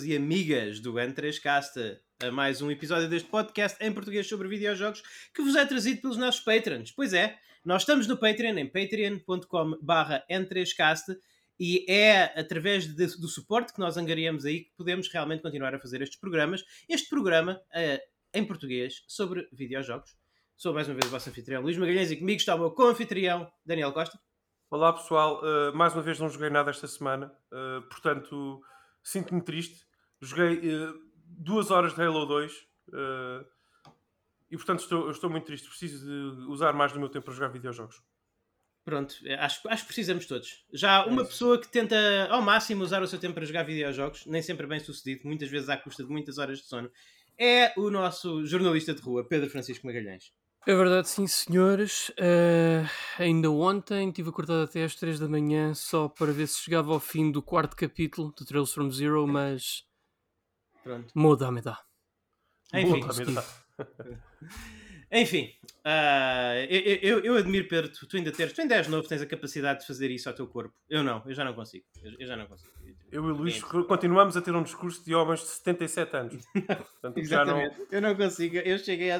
e amigas do N3Cast, a mais um episódio deste podcast em português sobre videojogos que vos é trazido pelos nossos patrons. Pois é, nós estamos no Patreon, em patreon.com/N3Cast, e é através do suporte que nós angariamos aí que podemos realmente continuar a fazer estes programas. Este programa, em português, sobre videojogos. Sou mais uma vez o vosso anfitrião Luís Magalhães e comigo está o meu co-anfitrião Daniel Costa. Olá pessoal, mais uma vez não joguei nada esta semana, portanto sinto-me triste. Joguei 2 horas de Halo 2 e portanto estou muito triste. Preciso de usar mais do meu tempo para jogar videojogos. Pronto, acho que precisamos todos. Já uma pessoa que tenta ao máximo usar o seu tempo para jogar videojogos, nem sempre bem sucedido, muitas vezes à custa de muitas horas de sono, é o nosso jornalista de rua, Pedro Francisco Magalhães. É verdade, sim, senhores. Ainda ontem estive acordado até às 3 da manhã só para ver se chegava ao fim do 4º capítulo do Trails from Zero, mas Pronto. muda-me dá. Enfim, eu admiro, Pedro, tu ainda és novo, tens a capacidade de fazer isso ao teu corpo. Eu já não consigo. Eu e o Luís continuamos a ter um discurso de homens de 77 anos. Portanto, exatamente, eu não consigo. Eu cheguei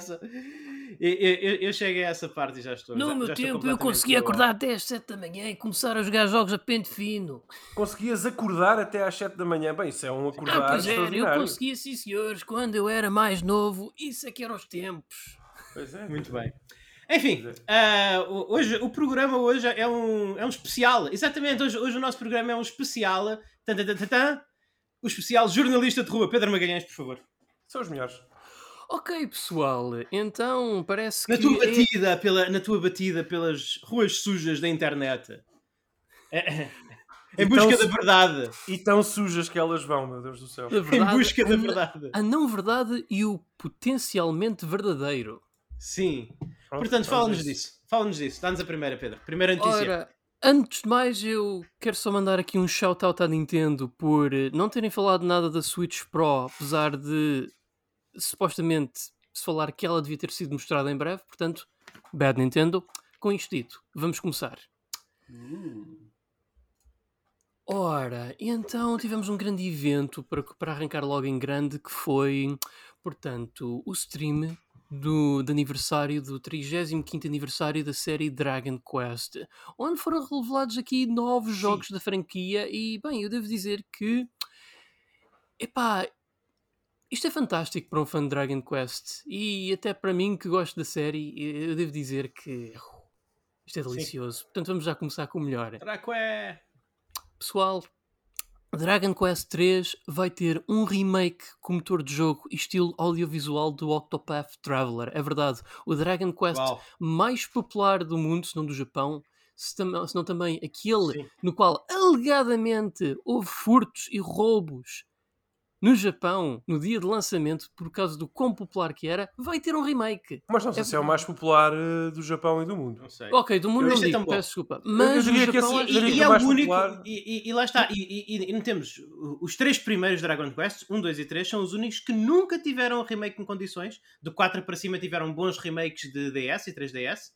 a essa parte e já estou. No meu tempo eu conseguia acordar até às 7 da manhã e começar a jogar jogos a pente fino. Conseguias acordar até às 7 da manhã? Bem, isso é um acordar pois extraordinário. Eu conseguia, sim senhores, quando eu era mais novo. Isso é que eram os tempos. Pois é. Muito bem. Enfim, hoje, o programa hoje é um especial. Exatamente, hoje o nosso programa é um especial. O especial jornalista de rua. Pedro Magalhães, por favor. São os melhores. Ok, pessoal, então parece que... Na tua batida pelas ruas sujas da internet. Em E busca tão da verdade. E tão sujas que elas vão, meu Deus do céu. Em busca da verdade. A não verdade e o potencialmente verdadeiro. Sim. Portanto, fala-nos disso. Dá-nos a primeira, Pedro. Primeira notícia. Ora, antes de mais, eu quero só mandar aqui um shout-out à Nintendo por não terem falado nada da Switch Pro, apesar de supostamente se falar que ela devia ter sido mostrada em breve. Portanto, bad Nintendo. Com isto dito, vamos começar. Ora, então tivemos um grande evento para arrancar logo em grande, que foi, portanto, o stream de aniversário, do 35º aniversário da série Dragon Quest, onde foram revelados aqui novos jogos da franquia e, bem, eu devo dizer que, isto é fantástico para um fã de Dragon Quest e até para mim que gosto da série, eu devo dizer que isto é delicioso. Portanto, vamos já começar com o melhor. Pessoal, Dragon Quest 3 vai ter um remake com motor de jogo e estilo audiovisual do Octopath Traveler. É verdade, o Dragon Quest mais popular do mundo, se não do Japão, se não também aquele no qual alegadamente houve furtos e roubos no Japão, no dia de lançamento, por causa do quão popular que era, vai ter um remake. Mas não sei se é o mais popular do Japão e do mundo. Não sei. Ok, do mundo não digo, peço desculpa. Mas eu diria que é o único, e lá está, e temos os 3 primeiros Dragon Quest, 1, 2 e 3, são os únicos que nunca tiveram remake em condições. Do 4 para cima tiveram bons remakes de DS e 3DS.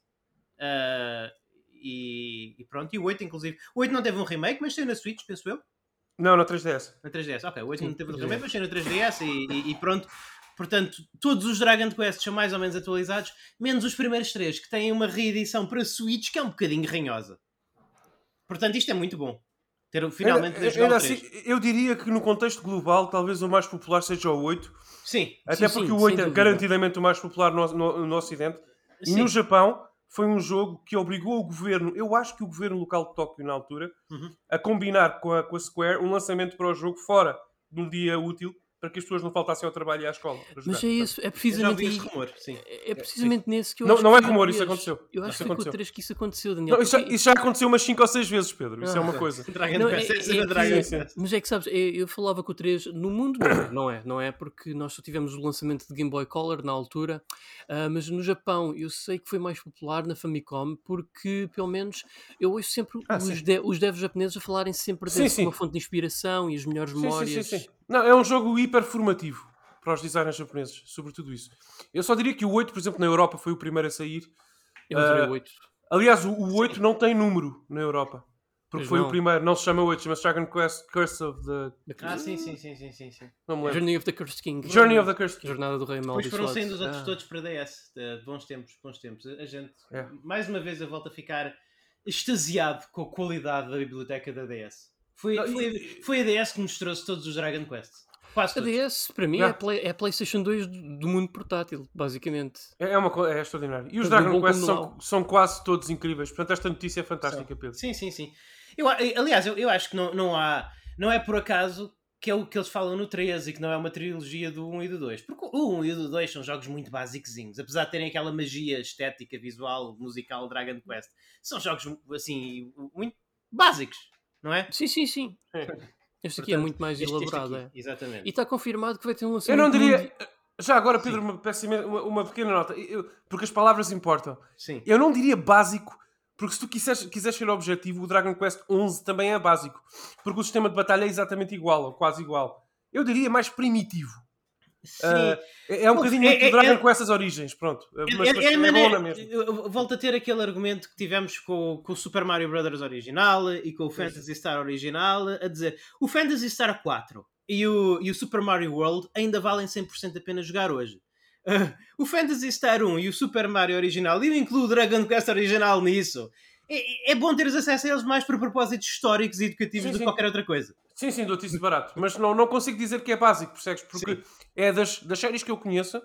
E pronto, e o 8 inclusive. O 8 não teve um remake, mas saiu na Switch, penso eu. Não, na 3DS. Na 3DS, ok. O 8 não teve um remake, mas saiu na 3DS e pronto. Portanto, todos os Dragon Quest são mais ou menos atualizados, menos os primeiros 3, que têm uma reedição para Switch que é um bocadinho ranhosa. Portanto, isto é muito bom. Ter finalmente de jogar o 3. Assim, eu diria que no contexto global, talvez o mais popular seja o 8. Sim. Até porque o 8 é garantidamente o mais popular no Ocidente. E no Japão foi um jogo que obrigou o governo, eu acho que o governo local de Tóquio na altura, a combinar com a Square um lançamento para o jogo fora de um dia útil, para que as pessoas não faltassem ao trabalho e à escola. Mas é isso, é precisamente esse rumor, sim. É precisamente nesse que eu acho. Não é rumor, isso aconteceu. Eu acho que foi com o 3 que isso aconteceu, Daniel. Não, isso já aconteceu umas 5 ou 6 vezes, Pedro. Isso é uma coisa. Mas é que sabes, eu falava com o 3 no mundo, não é porque nós só tivemos o lançamento de Game Boy Color na altura, mas no Japão eu sei que foi mais popular na Famicom, porque pelo menos eu ouço sempre os devs japoneses a falarem sempre desse como uma fonte de inspiração e as melhores memórias. Sim. Não, é um jogo hiper formativo para os designers japoneses, sobretudo isso. Eu só diria que o 8, por exemplo, na Europa foi o primeiro a sair. Eu adorei o 8. Aliás, o 8 não tem número na Europa. Porque foi o primeiro, não se chama 8, chama-se Dragon Quest Curse of the... sim. Não me lembro. Journey of the Cursed King. Journey of the Cursed King. Jornada do Rei Amaldiçoado. Depois foram saindo os outros todos para DS. Bons tempos. A gente, mais uma vez, eu volto a ficar extasiado com a qualidade da biblioteca da DS. Foi a DS que nos trouxe todos os Dragon Quest. Quase todos. A DS, para mim, é a PlayStation 2 do mundo portátil, basicamente. É extraordinário. E os Dragon Quest são quase todos incríveis. Portanto, esta notícia é fantástica, Pedro. Sim. Aliás, eu acho que não é por acaso que é o que eles falam no 13 e que não é uma trilogia do 1 e do 2. Porque o 1 e o do 2 são jogos muito basicozinhos. Apesar de terem aquela magia estética, visual, musical Dragon Quest. São jogos, assim, muito básicos, não é? Sim. Este aqui é muito mais elaborado. Exatamente. E está confirmado que vai ter um lançamento... Eu não diria... Já agora, Pedro, uma pequena nota. Porque as palavras importam. Sim. Eu não diria básico, porque se tu quiseres ser objetivo, o Dragon Quest 11 também é básico. Porque o sistema de batalha é exatamente igual, ou quase igual. Eu diria mais primitivo. Sim. É um bocadinho muito Dragon Quest as origens, pronto. Mas é bom na mesma. Volto a ter aquele argumento que tivemos com o Super Mario Bros. Original e com o Phantasy Star original, a dizer, o Phantasy Star 4 e o Super Mario World ainda valem 100% a pena jogar hoje. O Phantasy Star 1 e o Super Mario original, e eu incluo o Dragon Quest original nisso, é bom teres acesso a eles mais por propósitos históricos e educativos do que qualquer outra coisa. Sim, dou-te isso barato. Mas não consigo dizer que é básico, percebes? Porque é das séries que eu conheço,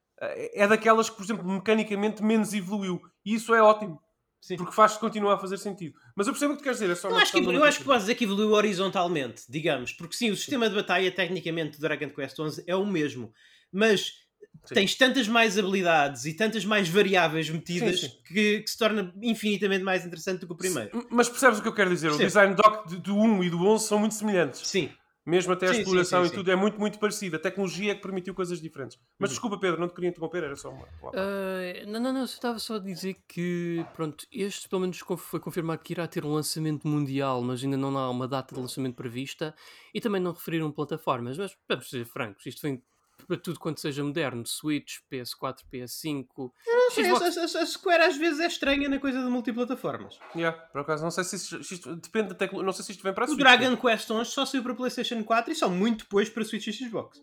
é daquelas que, por exemplo, mecanicamente menos evoluiu. E isso é ótimo. Sim. Porque faz-se continuar a fazer sentido. Mas eu percebo o que tu queres dizer. É só eu acho que podes dizer que evoluiu horizontalmente, digamos. Porque sim, o sistema de batalha, tecnicamente, do Dragon Quest XI é o mesmo. Mas tens tantas mais habilidades e tantas mais variáveis metidas que se torna infinitamente mais interessante do que o primeiro. Mas percebes o que eu quero dizer? O design do 1 e do 11 são muito semelhantes. Sim. Mesmo até a exploração e tudo é muito, muito parecido. A tecnologia é que permitiu coisas diferentes. Mas desculpa, Pedro, não te queria interromper, era só uma... Não, eu estava só a dizer que, pronto, este pelo menos foi confirmado que irá ter um lançamento mundial, mas ainda não há uma data de lançamento prevista, e também não referiram plataformas, mas vamos ser francos, isto vem para tudo quanto seja moderno, Switch, PS4, PS5... Não sei, a Square às vezes é estranha na coisa de multiplataformas. Por acaso, não sei se isto depende da tecnologia, não sei se isto vem para a Switch. O Dragon Quest 11 só saiu para PlayStation 4 e só muito depois para Switch e Xbox.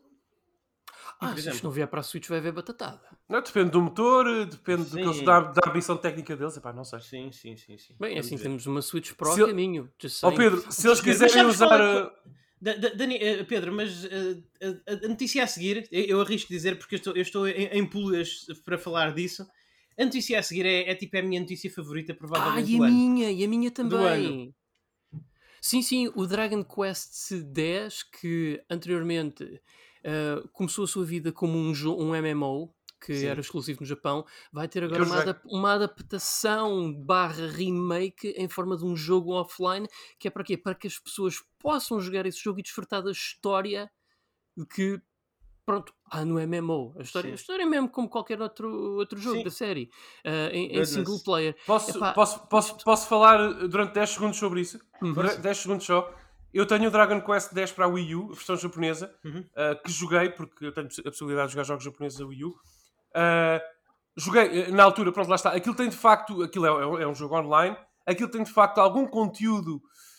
Se isto não vier para a Switch vai haver batatada. Não, depende do motor, depende da ambição técnica deles, não sei. Sim. Bem, assim temos uma Switch Pro a caminho. Pedro, se eles quiserem usar... Pedro, mas a notícia a seguir, eu arrisco dizer porque eu estou em pulas para falar disso. A notícia a seguir é tipo a minha notícia favorita, provavelmente. E a minha também. Sim, o Dragon Quest X, que anteriormente começou a sua vida como um MMO, que era exclusivo no Japão, vai ter agora uma adaptação / remake em forma de um jogo offline, que é para quê? Para que as pessoas possam jogar esse jogo e desfrutar da história de que, pronto, há no MMO. A história é mesmo como qualquer outro jogo da série, em single player. Posso falar durante 10 segundos sobre isso? 10 segundos só. Eu tenho o Dragon Quest X para a Wii U, a versão japonesa, que joguei, porque eu tenho a possibilidade de jogar jogos japoneses a Wii U. Joguei na altura, pronto, lá está. Aquilo tem de facto, aquilo é um jogo online, aquilo tem de facto algum conteúdo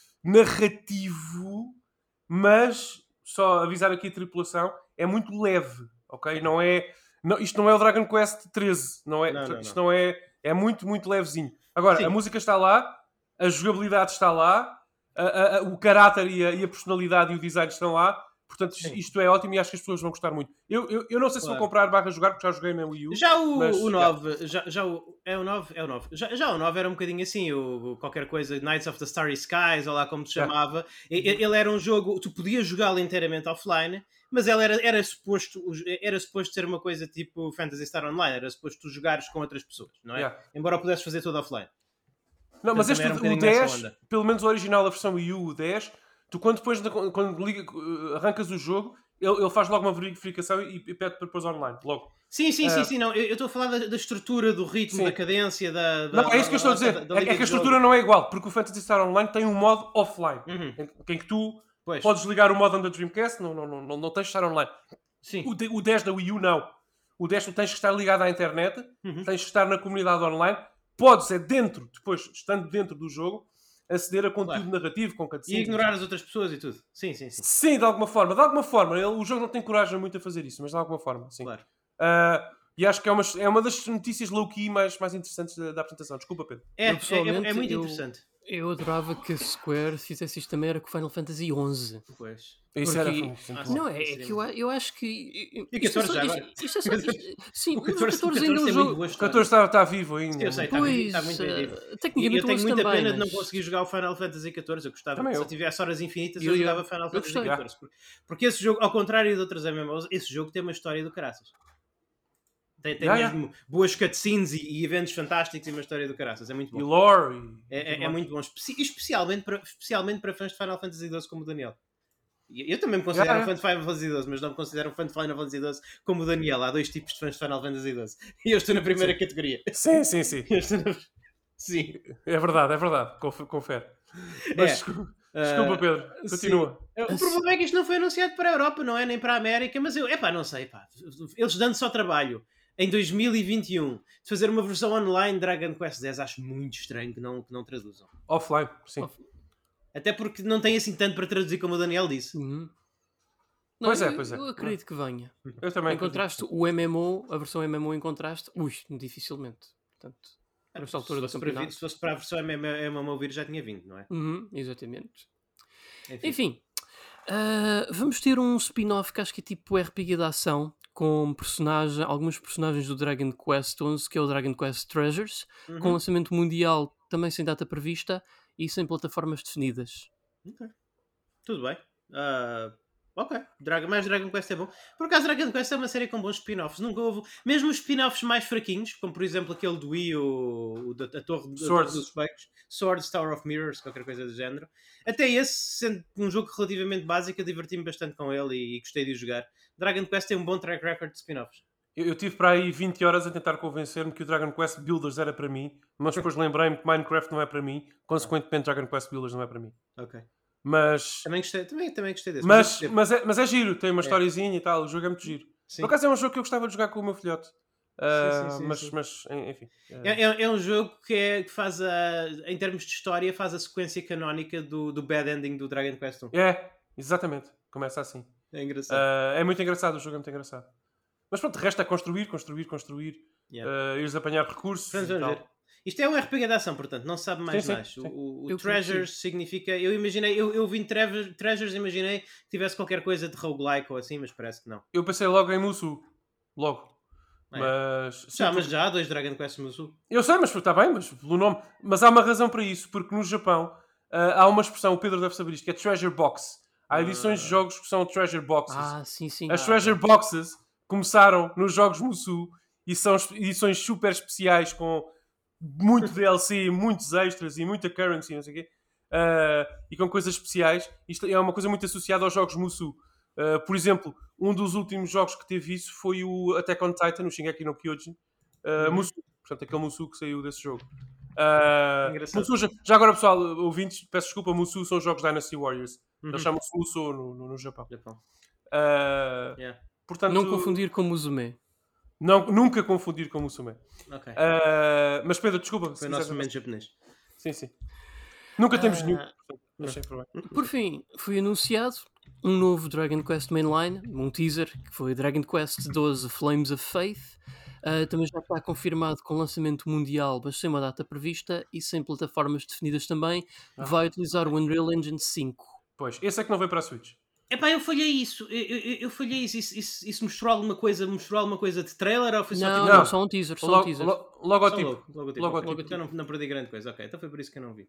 narrativo, mas só avisar aqui a tripulação, é muito leve, ok? Isto não é o Dragon Quest 13, isto não é muito, muito levezinho. Agora, a música está lá, a jogabilidade está lá, o caráter e a personalidade e o design estão lá. Portanto, isto é ótimo e acho que as pessoas vão gostar muito. Eu não sei se vou comprar / jogar, porque já joguei na Wii U. Já o 9, é o 9? É o 9. Já o 9 era um bocadinho assim, qualquer coisa, Knights of the Starry Skies, ou lá como se chamava. Ele era um jogo, tu podias jogá-lo inteiramente offline, mas ele era suposto ser uma coisa tipo Phantasy Star Online, era suposto tu jogares com outras pessoas, não é? Embora pudesses fazer tudo offline. Não, mas este, o 10, pelo menos o original da versão Wii U, o 10... Tu quando arrancas o jogo, ele faz logo uma verificação e pede para pôr online, logo. Sim, não, eu estou a falar da estrutura, do ritmo, da cadência, Não, é isso que eu estou a dizer. É que a estrutura não é igual, porque o Phantasy Star Online tem um modo offline, em que tu podes ligar o modo da Dreamcast, não tens de estar online. Sim. O 10 da Wii U não. O 10 tu tens que estar ligado à internet, tens que estar na comunidade online, podes, depois, estando dentro do jogo, aceder a conteúdo narrativo com cutscenes. E ignorar as outras pessoas e tudo. Sim. Sim, de alguma forma. O jogo não tem coragem muito a fazer isso, mas de alguma forma, sim. Claro. E acho que é uma das notícias low-key mais interessantes da apresentação. Desculpa, Pedro. É muito interessante. Eu adorava que a Square fizesse isto também, era com Final Fantasy XI. Pois. Isso era não, é que eu acho que... E 14 já agora? Isto é só... Sim, o 14 ainda é um jogo... O 14 está vivo ainda. Eu sei, está muito vivo. Tecnicamente eu tenho muita também, pena de não conseguir jogar o Final Fantasy XIV. Eu gostava que se eu tivesse horas infinitas eu jogava Final Fantasy XIV. Porque esse jogo, ao contrário de outros MMOs, esse jogo tem uma história do caraças. Tem mesmo boas cutscenes e eventos fantásticos e uma história do caraças. É muito bom. E lore. É muito bom. Especialmente para fãs de Final Fantasy XII como o Daniel. Eu também me considero um fã de Final Fantasy XII, mas não me considero um fã de Final Fantasy XII como o Daniel. Há dois tipos de fãs de Final Fantasy XII. E eu estou na primeira categoria. Sim. Sim. É verdade. Confere. Mas, desculpa, Pedro. Continua. O problema é que isto não foi anunciado para a Europa, não é? Nem para a América, mas não sei. Eles dando só trabalho em 2021 de fazer uma versão online de Dragon Quest X, acho muito estranho que não traduzam. Offline, sim. Até porque não tem assim tanto para traduzir como o Daniel disse. Não, pois é. Eu acredito que venha. Eu também encontraste o MMO, a versão MMO encontraste? Dificilmente. Portanto, nesta altura do campeonato. Se fosse para a versão MMO vir já tinha vindo, não é? Exatamente. Enfim. Vamos ter um spin-off que acho que é tipo RPG da ação, com alguns personagens do Dragon Quest XI, que é o Dragon Quest Treasures, com lançamento mundial também sem data prevista e sem plataformas definidas. Ok. Tudo bem. Ok. Mais Dragon Quest é bom. Por acaso Dragon Quest é uma série com bons spin-offs. Nunca houve... Mesmo os spin-offs mais fraquinhos, como por exemplo aquele do Wii, a Torre dos Espelhos, Swords, Tower of Mirrors, qualquer coisa do género. Até esse, sendo um jogo relativamente básico, eu diverti-me bastante com ele e gostei de o jogar. Dragon Quest tem um bom track record de spin-offs. Eu tive para aí 20 horas a tentar convencer-me que o Dragon Quest Builders era para mim, mas depois lembrei-me que Minecraft não é para mim, consequentemente Dragon Quest Builders não é para mim. Ok. Mas... Também gostei desse. Mas é giro, tem uma historiezinha e tal, o jogo é muito giro. Sim. Por acaso é um jogo que eu gostava de jogar com o meu filhote. Sim. Mas enfim. É um jogo que faz em termos de história, faz a sequência canónica do bad ending do Dragon Quest 1. É, exatamente. Começa assim. É engraçado. É muito engraçado, o jogo é muito engraçado. Mas pronto, o resto é construir. Ires apanhar recursos Vamos e tal. ver. Isto é um RPG de ação, portanto, não se sabe mais. Sim. O Treasures significa... Eu vi Treasures, imaginei que tivesse qualquer coisa de roguelike ou assim, mas parece que não. Eu pensei logo em Musou. Logo. Mas já há 2 Dragon Quest Musou. Eu sei, mas está bem, mas pelo nome. Mas há uma razão para isso, porque no Japão há uma expressão, o Pedro deve saber isto, que é Treasure Box. Há edições de jogos que são Treasure Boxes. Sim. As Treasure Boxes começaram nos jogos Musou e são edições super especiais com muito DLC, muitos extras e muita currency, não sei o quê. E com coisas especiais. Isto é uma coisa muito associada aos jogos Musou. Por exemplo, um dos últimos jogos que teve isso foi o Attack on Titan, o Shingeki no Kyojin. Musou. Portanto, aquele Musou que saiu desse jogo. Musou, já agora, pessoal, ouvintes, peço desculpa, Musou são os jogos Dynasty Warriors. Eles chamam-se Musou no Japão. Portanto, não confundir com Musume. Nunca confundir com Musume. Ok. Mas Pedro, desculpa. Foi o nosso momento japonês. Sim. Nunca temos nenhum. Por fim, foi anunciado um novo Dragon Quest Mainline, um teaser, que foi Dragon Quest XII Flames of Faith. Também já está confirmado com lançamento mundial, mas sem uma data prevista e sem plataformas definidas também. Vai utilizar o Unreal Engine 5. Pois, esse é que não veio para a Switch. Eu falhei isso. Eu falhei isso. Isso mostrou alguma coisa de trailer ou foi só Não, só um teaser. Logotipo. Então não perdi grande coisa. Ok, então foi por isso que eu não vi.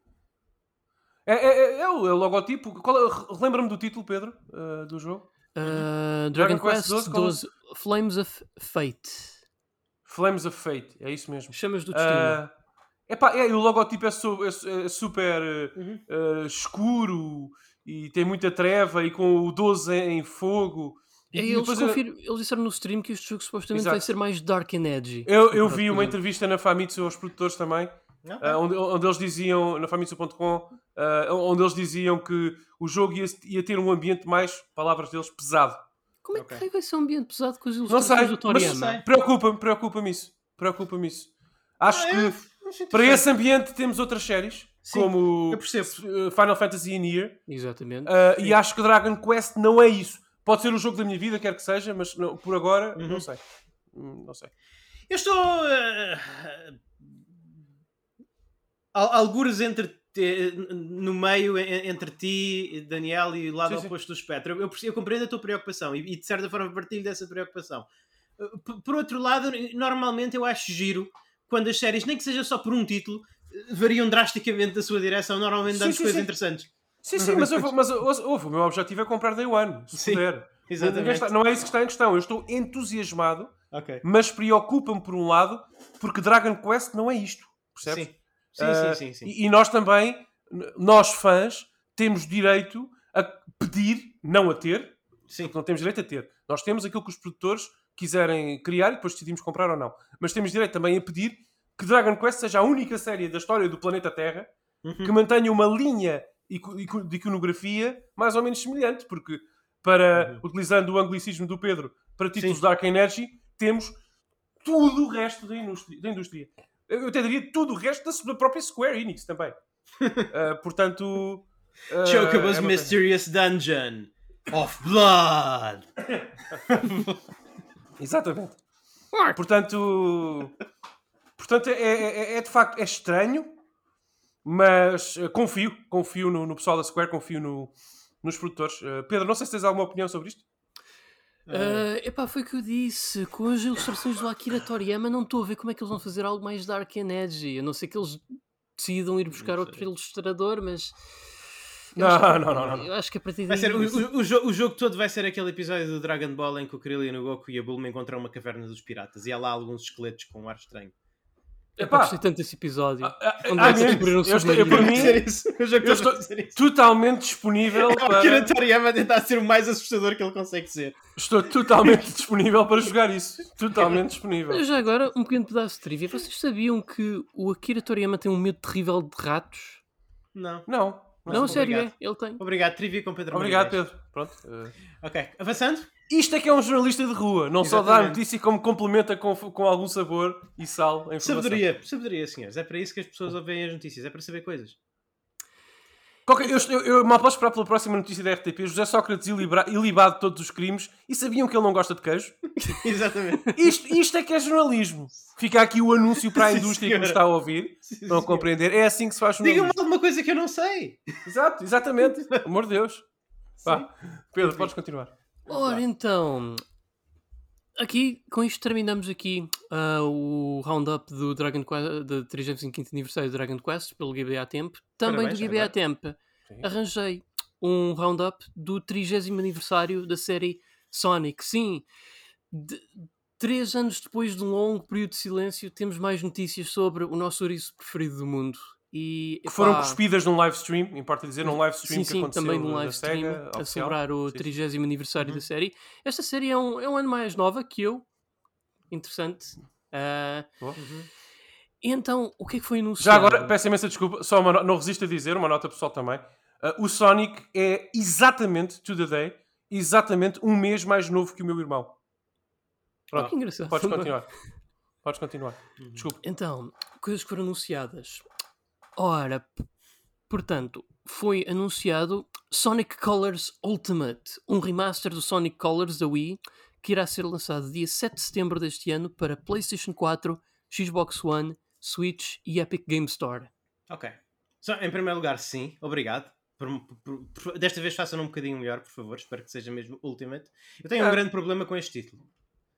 É o logotipo. Lembra-me do título, Pedro, do jogo? Dragon Quest XII Flames of Fate. Flames of Fate, é isso mesmo. Chamas do destino. O logotipo é super escuro e tem muita treva e com o 12 em fogo. Eles disseram no stream que este jogo supostamente vai ser mais dark and edgy. Eu vi uma entrevista na Famitsu aos produtores também, onde eles diziam, na Famitsu.com, onde eles diziam que o jogo ia ter um ambiente mais, palavras deles, pesado. Como é que vai ser um ambiente pesado com as ilustrações não sei, do Toriyama? Mas preocupa-me isso. Acho que para esse ambiente temos outras séries como eu percebo. Final Fantasy in Year. Exatamente. E acho que Dragon Quest não é isso. Pode ser o jogo da minha vida, quer que seja, mas não, por agora, não sei. Não sei. Eu estou algures no meio entre ti, Daniel, e o lado oposto do espectro. Eu compreendo a tua preocupação e de certa forma partilho dessa preocupação. Por outro lado, normalmente eu acho giro quando as séries, nem que seja só por um título, variam drasticamente da sua direção, normalmente dando coisas interessantes. Sim, mas o meu objetivo é comprar Day One, se puder. Exatamente. Não é isso que está em questão. Eu estou entusiasmado, mas preocupa-me por um lado, porque Dragon Quest não é isto, percebes? Sim. E nós também, nós fãs, temos direito a pedir, não a ter, porque não temos direito a ter. Nós temos aquilo que os produtores quiserem criar e depois decidimos comprar ou não. Mas temos direito também a pedir que Dragon Quest seja a única série da história do planeta Terra que mantenha uma linha de iconografia mais ou menos semelhante, porque utilizando o anglicismo do Pedro, para títulos Dark Energy, temos tudo o resto da indústria. Eu até diria tudo o resto da própria Square Enix também. Portanto... Chocobo's Mysterious Dungeon of Blood. Exatamente. Portanto, é de facto estranho, mas confio no pessoal da Square, confio nos produtores. Pedro, não sei se tens alguma opinião sobre isto. Foi o que eu disse. Com as ilustrações do Akira Toriyama, não estou a ver como é que eles vão fazer algo mais Dark and Edgy. A não ser que eles decidam ir buscar outro ilustrador, mas. Não. Eu acho que a partir daí... O jogo todo vai ser aquele episódio do Dragon Ball em que o Krillin, o Goku e a Bulma encontram uma caverna dos piratas e há lá alguns esqueletos com um ar estranho. Eu gostei tanto desse episódio. Eu estou totalmente disponível para... Akira Toriyama tentar ser o mais assustador que ele consegue ser. Estou totalmente disponível para jogar isso. Totalmente disponível. Mas já agora, um pequeno pedaço de trivia. Vocês sabiam que o Akira Toriyama tem um medo terrível de ratos? Não. Não, sério, ele tem. Obrigado, trivia com Pedro. Obrigado, Pedro. Pronto. Ok, avançando. Isto é que é um jornalista de rua. Não só dá a notícia como complementa com algum sabor e sal a informação. Sabedoria, senhores. É para isso que as pessoas ouvem as notícias. É para saber coisas. Eu mal posso esperar pela próxima notícia da RTP. José Sócrates ilibado de todos os crimes. E sabiam que ele não gosta de queijo? Exatamente. Isto é que é jornalismo. Fica aqui o anúncio para a indústria que nos está a ouvir. Não compreender. É assim que se faz jornalismo. Diga-me alguma coisa que eu não sei. Exatamente. Amor de Deus. Pedro, podes continuar. Ora, então... Aqui, com isto terminamos aqui o round-up do Dragon Quest, do 35º aniversário do Dragon Quest, pelo GBA Temp. Também do GBA Temp arranjei um round-up do 30º aniversário da série Sonic. Sim, 3 anos depois de um longo período de silêncio, temos mais notícias sobre o nosso ouriço preferido do mundo. Que foram cuspidas num live stream, importa dizer, num live stream que aconteceu também num live stream Sega, a celebrar o 30º aniversário da série. Esta série é um ano mais nova que eu. Interessante. E então, o que é que foi anunciado? Já agora, peço imensa desculpa, só não resisto a dizer, uma nota pessoal também. O Sonic é exatamente, to the day, exatamente um mês mais novo que o meu irmão. Pronto, que engraçado. Podes continuar. Desculpa. Então, coisas que foram anunciadas. Ora, portanto, foi anunciado Sonic Colors Ultimate, um remaster do Sonic Colors da Wii, que irá ser lançado dia 7 de setembro deste ano para PlayStation 4, Xbox One, Switch e Epic Game Store. Ok. Em primeiro lugar, sim, obrigado. Desta vez façam um bocadinho melhor, por favor. Espero que seja mesmo Ultimate. Eu tenho um grande problema com este título.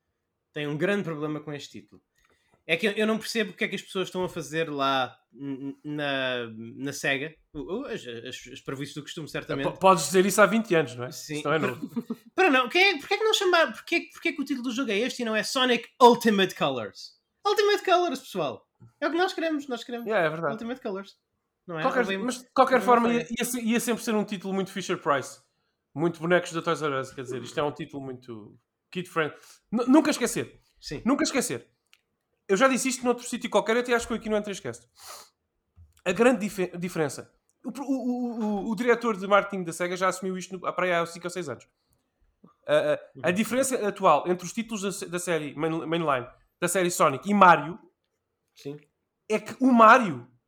É que eu não percebo o que é que as pessoas estão a fazer lá na SEGA. As previstos do costume, certamente. Podes dizer isso há 20 anos, não é? Sim. Não é novo. Para não, porquê é que não chamar? Porquê que o título do jogo é este e não é Sonic Ultimate Colors? Ultimate Colors, pessoal. É o que nós queremos. É verdade. Ultimate Colors. Não é? Mas de qualquer forma ia sempre ser um título muito Fisher-Price. Muito bonecos da Toys R Us. Quer dizer, isto é um título muito kid-friendly. Nunca esquecer. Sim. Nunca esquecer. Eu já disse isto noutro sítio qualquer, até acho que aqui no N3Cast. A grande diferença. O diretor de marketing da SEGA já assumiu isto há 5 ou 6 anos. A diferença atual entre os títulos da série mainline, da série Sonic e Mario, sim, é que o Mario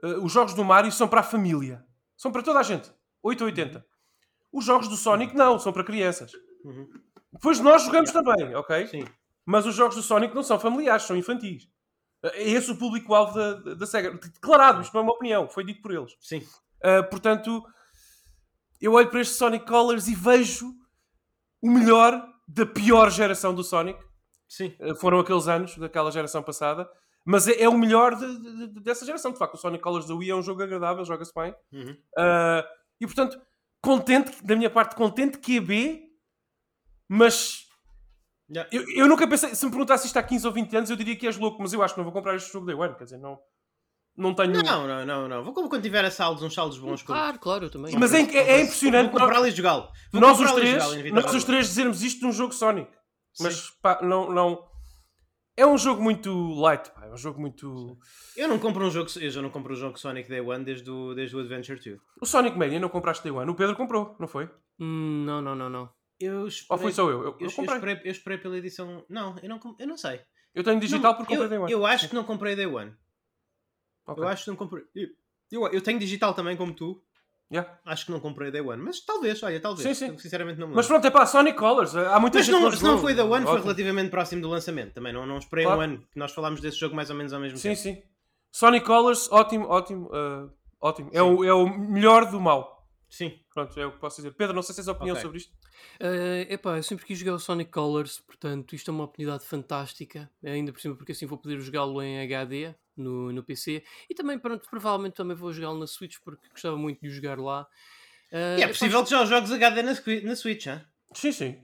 os jogos do Mario são para a família. São para toda a gente. 8 ou 80. Os jogos do Sonic não, são para crianças. Depois nós jogamos também, ok? Sim. Mas os jogos do Sonic não são familiares, são infantis. É esse o público-alvo da SEGA. Declarado, isto não é uma opinião, foi dito por eles. Sim. Portanto, eu olho para este Sonic Colors e vejo o melhor da pior geração do Sonic. Sim. Foram aqueles anos daquela geração passada. Mas é o melhor dessa geração. De facto, o Sonic Colors da Wii é um jogo agradável, joga-se bem. E, portanto, da minha parte, contente que é B, mas... Yeah. Eu nunca pensei... Se me perguntasse isto há 15 ou 20 anos, eu diria que és louco, mas eu acho que não vou comprar este jogo Day One. Quer dizer, não tenho... Não. Vou quando tiver uns saldos bons. Claro, eu também. Mas é impressionante. Vou comprá-lo e jogá-lo. Nós os três dizermos isto num jogo Sonic. Mas, pá, não... É um jogo muito light, pá. É um jogo muito... Eu já não compro um jogo Sonic Day One desde o Adventure 2. O Sonic Mania não compraste Day One? O Pedro comprou, não foi? Não. Ou foi só eu? Eu comprei. Eu esperei pela edição... Não, eu não sei. Eu tenho digital porque comprei Day One. Eu acho que não comprei Day One. Okay. Eu acho que não comprei... Eu tenho digital também, como tu. Yeah. Acho que não comprei Day One. Mas talvez. Sim. Sinceramente não me lembro. Mas pronto, é pá, Sonic Colors. Há muita gente mas se não foi Day One, foi relativamente próximo do lançamento. Também não esperei um ano. Que nós falámos desse jogo mais ou menos ao mesmo tempo. Sim. Sonic Colors, ótimo. É o melhor do mal. Sim. Pronto, é o que posso dizer. Pedro, não sei se tens opinião sobre isto. Eu sempre quis jogar o Sonic Colors, portanto isto é uma oportunidade fantástica, ainda por cima porque assim vou poder jogá-lo em HD no PC e também, provavelmente também vou jogá-lo na Switch porque gostava muito de o jogar lá. E é possível que já os jogos HD na Switch, hein? Sim.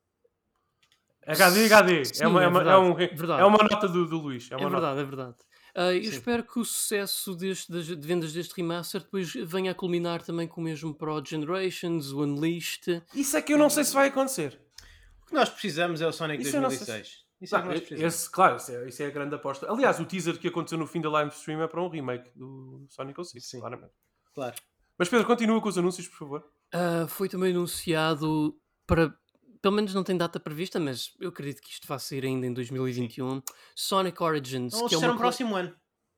HD. Sim, é uma nota do Luís. É verdade. Eu espero que o sucesso de vendas deste remaster depois venha a culminar também com o mesmo Pro Generations, o Unleashed. Isso é que eu não sei se vai acontecer. O que nós precisamos é o Sonic 2006. Isso é que nós precisamos. Claro, isso é a grande aposta. Aliás, o teaser que aconteceu no fim da live stream é para um remake do Sonic 06. Sim, claramente. Claro. Mas Pedro, continua com os anúncios, por favor. Foi também anunciado para... Pelo menos não tem data prevista, mas eu acredito que isto vai sair ainda em 2021. Sonic Origins. Não, que é um próximo ano.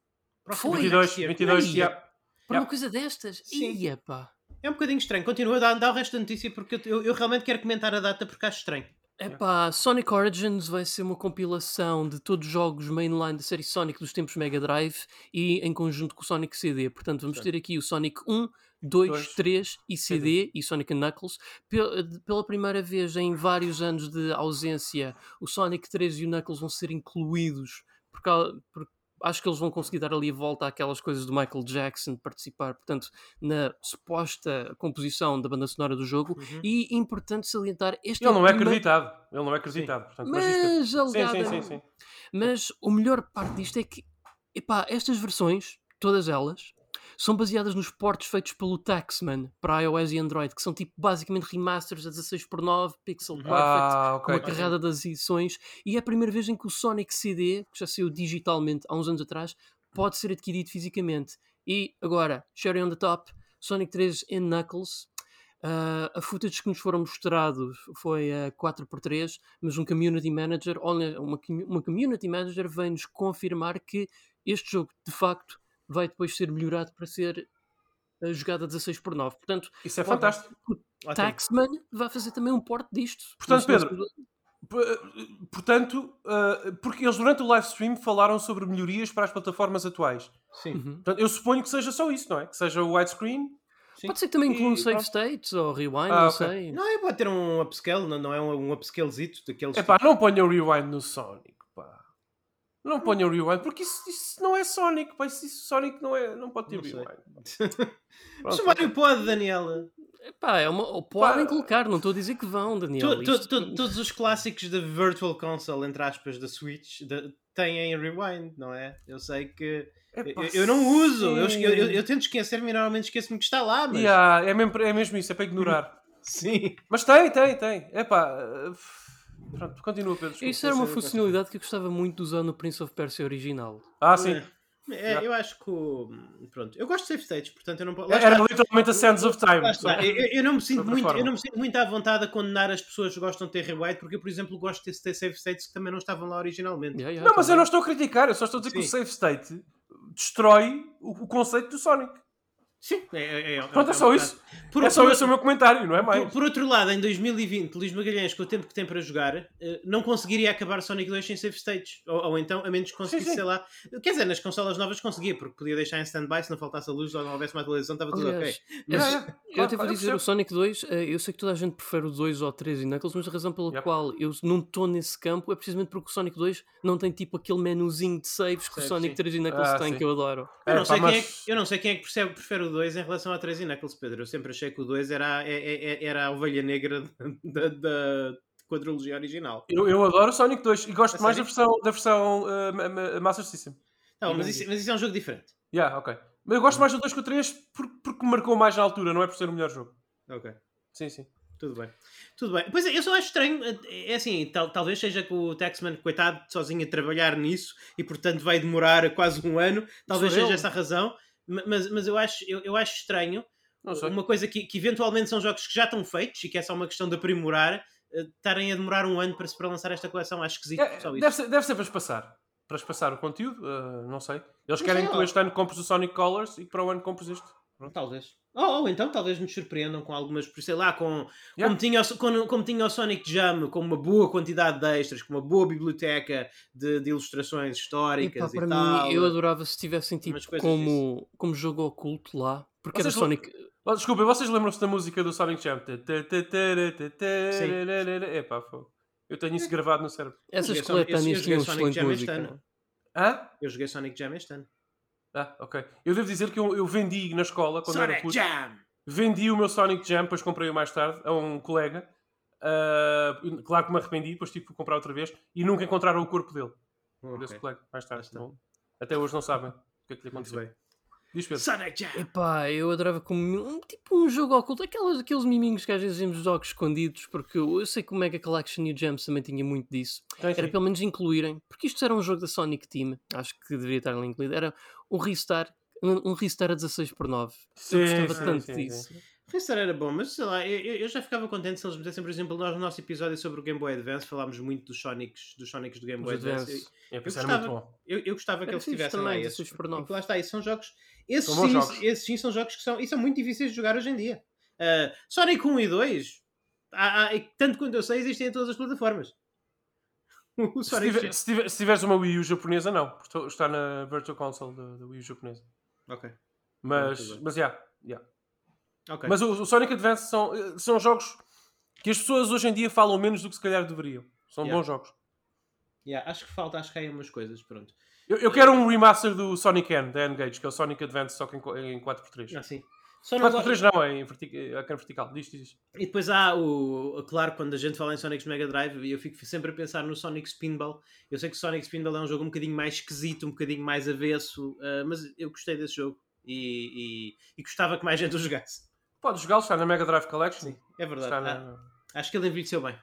22. Por uma coisa destas? Sim. Iepá. É um bocadinho estranho. Continua a dar o resto da notícia porque eu realmente quero comentar a data porque acho estranho. Sonic Origins vai ser uma compilação de todos os jogos mainline da série Sonic dos tempos Mega Drive e em conjunto com o Sonic CD. Portanto, vamos ter aqui o Sonic 1, 2, 3 e CD e Sonic Knuckles. Pela primeira vez em vários anos de ausência, o Sonic 3 e o Knuckles vão ser incluídos porque acho que eles vão conseguir dar ali a volta àquelas coisas do Michael Jackson de participar, portanto, na suposta composição da banda sonora do jogo. E importante salientar, Ele não é acreditado. Portanto, mas alegadamente. Sim. Mas o melhor parte disto é que estas versões, todas elas, são baseadas nos ports feitos pelo Taxman para iOS e Android, que são tipo basicamente remasters a 16:9, pixel perfect, com uma carrada das edições, e é a primeira vez em que o Sonic CD, que já saiu digitalmente há uns anos atrás, pode ser adquirido fisicamente. E agora, cherry on the top, Sonic 3 e Knuckles. A footage que nos foram mostrados foi a 4x3, mas um community manager, uma community manager vem-nos confirmar que este jogo, de facto, vai depois ser melhorado para ser jogado a 16:9. Portanto, isso é fantástico. O Taxman vai fazer também um port disto. Portanto, Pedro, porque eles durante o live stream falaram sobre melhorias para as plataformas atuais. Sim. Portanto, eu suponho que seja só isso, não é? Que seja o widescreen. Sim. Pode ser que também inclua save states ou rewind, não sei. Não, pode ter um upscale, não é um upscalezito daqueles... Não ponham rewind no Sonic, pá. Não ponham rewind, porque isso não é Sonic, pá. Isso Sonic não pode ter rewind. Mas o Mario pode, Daniela. Podem colocar, não estou a dizer que vão, Daniel. Todos os clássicos da Virtual Console, entre aspas, da Switch, têm rewind, não é? Eu sei que... Eu não uso, eu tento esquecer-me e normalmente esqueço-me que está lá, mas... É mesmo isso, é para ignorar. Sim. Mas tem. Pronto, continua, Pedro. Desculpa, isso era uma funcionalidade que eu gostava muito de usar no Prince of Persia original. Sim. Eu acho que pronto, eu gosto de save states, portanto eu não posso... Era literalmente a Sands of Time. Eu não me sinto muito à vontade a condenar as pessoas que gostam de ter rewind, porque eu, por exemplo, gosto de ter save states que também não estavam lá originalmente. Não, mas eu não estou a criticar, eu só estou a dizer que o save state destrói o conceito do Sonic. Sim, pronto, é só isso. É só esse o meu comentário, não é mais. Por outro lado, em 2020, Luís Magalhães, com o tempo que tem para jogar, não conseguiria acabar Sonic 2 sem save states. Ou então, a menos que conseguisse, sei lá. Quer dizer, nas consolas novas conseguia, porque podia deixar em stand-by se não faltasse a luz ou não houvesse uma atualização, estava tudo ok. Mas eu até vou dizer, o Sonic 2, eu sei que toda a gente prefere o 2 ou 3 e Knuckles, mas a razão pela qual eu não estou nesse campo é precisamente porque o Sonic 2 não tem tipo aquele menuzinho de saves que o Sonic 3 e Knuckles têm, que eu adoro. Eu não sei quem é que prefere o 2 em relação ao 3 e Knuckles, Pedro. Eu sempre achei que o 2 era a ovelha negra da quadrilogia original. Eu adoro o Sonic 2 e gosto mais da versão Master System. Não, mas isso é um jogo diferente. Ok. Mas eu gosto mais do 2 que o 3 porque me marcou mais na altura, não é por ser o melhor jogo. Ok. Sim. Tudo bem. Pois é, eu só acho estranho. É assim, talvez seja que o Taxman, coitado, sozinho a trabalhar nisso e portanto vai demorar quase um ano. Talvez seja essa a razão. Mas eu acho estranho. Uma coisa que eventualmente são jogos que já estão feitos e que é só uma questão de aprimorar, estarem a demorar um ano para lançar esta coleção. Acho esquisito. Só isso. Deve ser para espaçar o conteúdo, não sei. Eles querem que tu este ano compres o Sonic Colors e que para o ano compres isto. Talvez. Ou então talvez nos surpreendam com algumas, sei lá, como tinha o Sonic Jam, com uma boa quantidade de extras, com uma boa biblioteca de ilustrações históricas e para tal. mim, eu adorava se tivessem tipo como jogo oculto lá, porque era Sonic. Desculpa, vocês lembram-se da música do Sonic Jam? Sim. Eu tenho isso gravado no cérebro. Essas coletâneas tinham excelente música. Eu joguei Sonic Jam este ano. Ok. Eu devo dizer que eu vendi na escola, quando Sonic era puto, Jam! Vendi o meu Sonic Jam, depois comprei-o mais tarde a um colega. Claro que me arrependi, depois tive que comprar outra vez e nunca encontraram o corpo dele. Desse colega, mais tarde. Bom, até hoje não sabem o que é que lhe aconteceu. Diz, Pedro. Sonic Jam! Eu adorava como um jogo oculto, aqueles miminhos que às vezes vemos jogos escondidos, porque eu sei que o Mega Collection e o Jams também tinha muito disso. Era pelo menos incluírem, porque isto era um jogo da Sonic Team, acho que deveria estar incluído. Era um restart a 16:9. Eu gostava tanto disso. Restart era bom, mas sei lá, eu já ficava contente se eles metessem, por exemplo, nós no nosso episódio sobre o Game Boy Advance falámos muito dos Sonics do Game Boy Advance. Eu gostava que eles tivessem lá esses. Lá está, isso são jogos. Esses sim são jogos que são muito difíceis de jogar hoje em dia. Sonic 1 e 2, tanto quanto eu sei, existem em todas as plataformas. Se tiveres uma Wii U japonesa, não. Porque está na Virtual Console da Wii U japonesa. Ok. Mas Okay. Mas o Sonic Advance são jogos que as pessoas hoje em dia falam menos do que se calhar deveriam. São bons jogos. Acho que há aí umas coisas, pronto. Eu quero um remaster do Sonic N, da N-Gage, que é o Sonic Advance, só que em 4x3. Sim. 4x3 não, é em vertical. Diz. E depois claro, quando a gente fala em Sonic Mega Drive, eu fico sempre a pensar no Sonic Spinball. Eu sei que o Sonic Spinball é um jogo um bocadinho mais esquisito, um bocadinho mais avesso, mas eu gostei desse jogo e gostava que mais gente o jogasse. Pode jogá-lo, está na Mega Drive Collection. Sim, é verdade. Acho que ele envelheceu bem.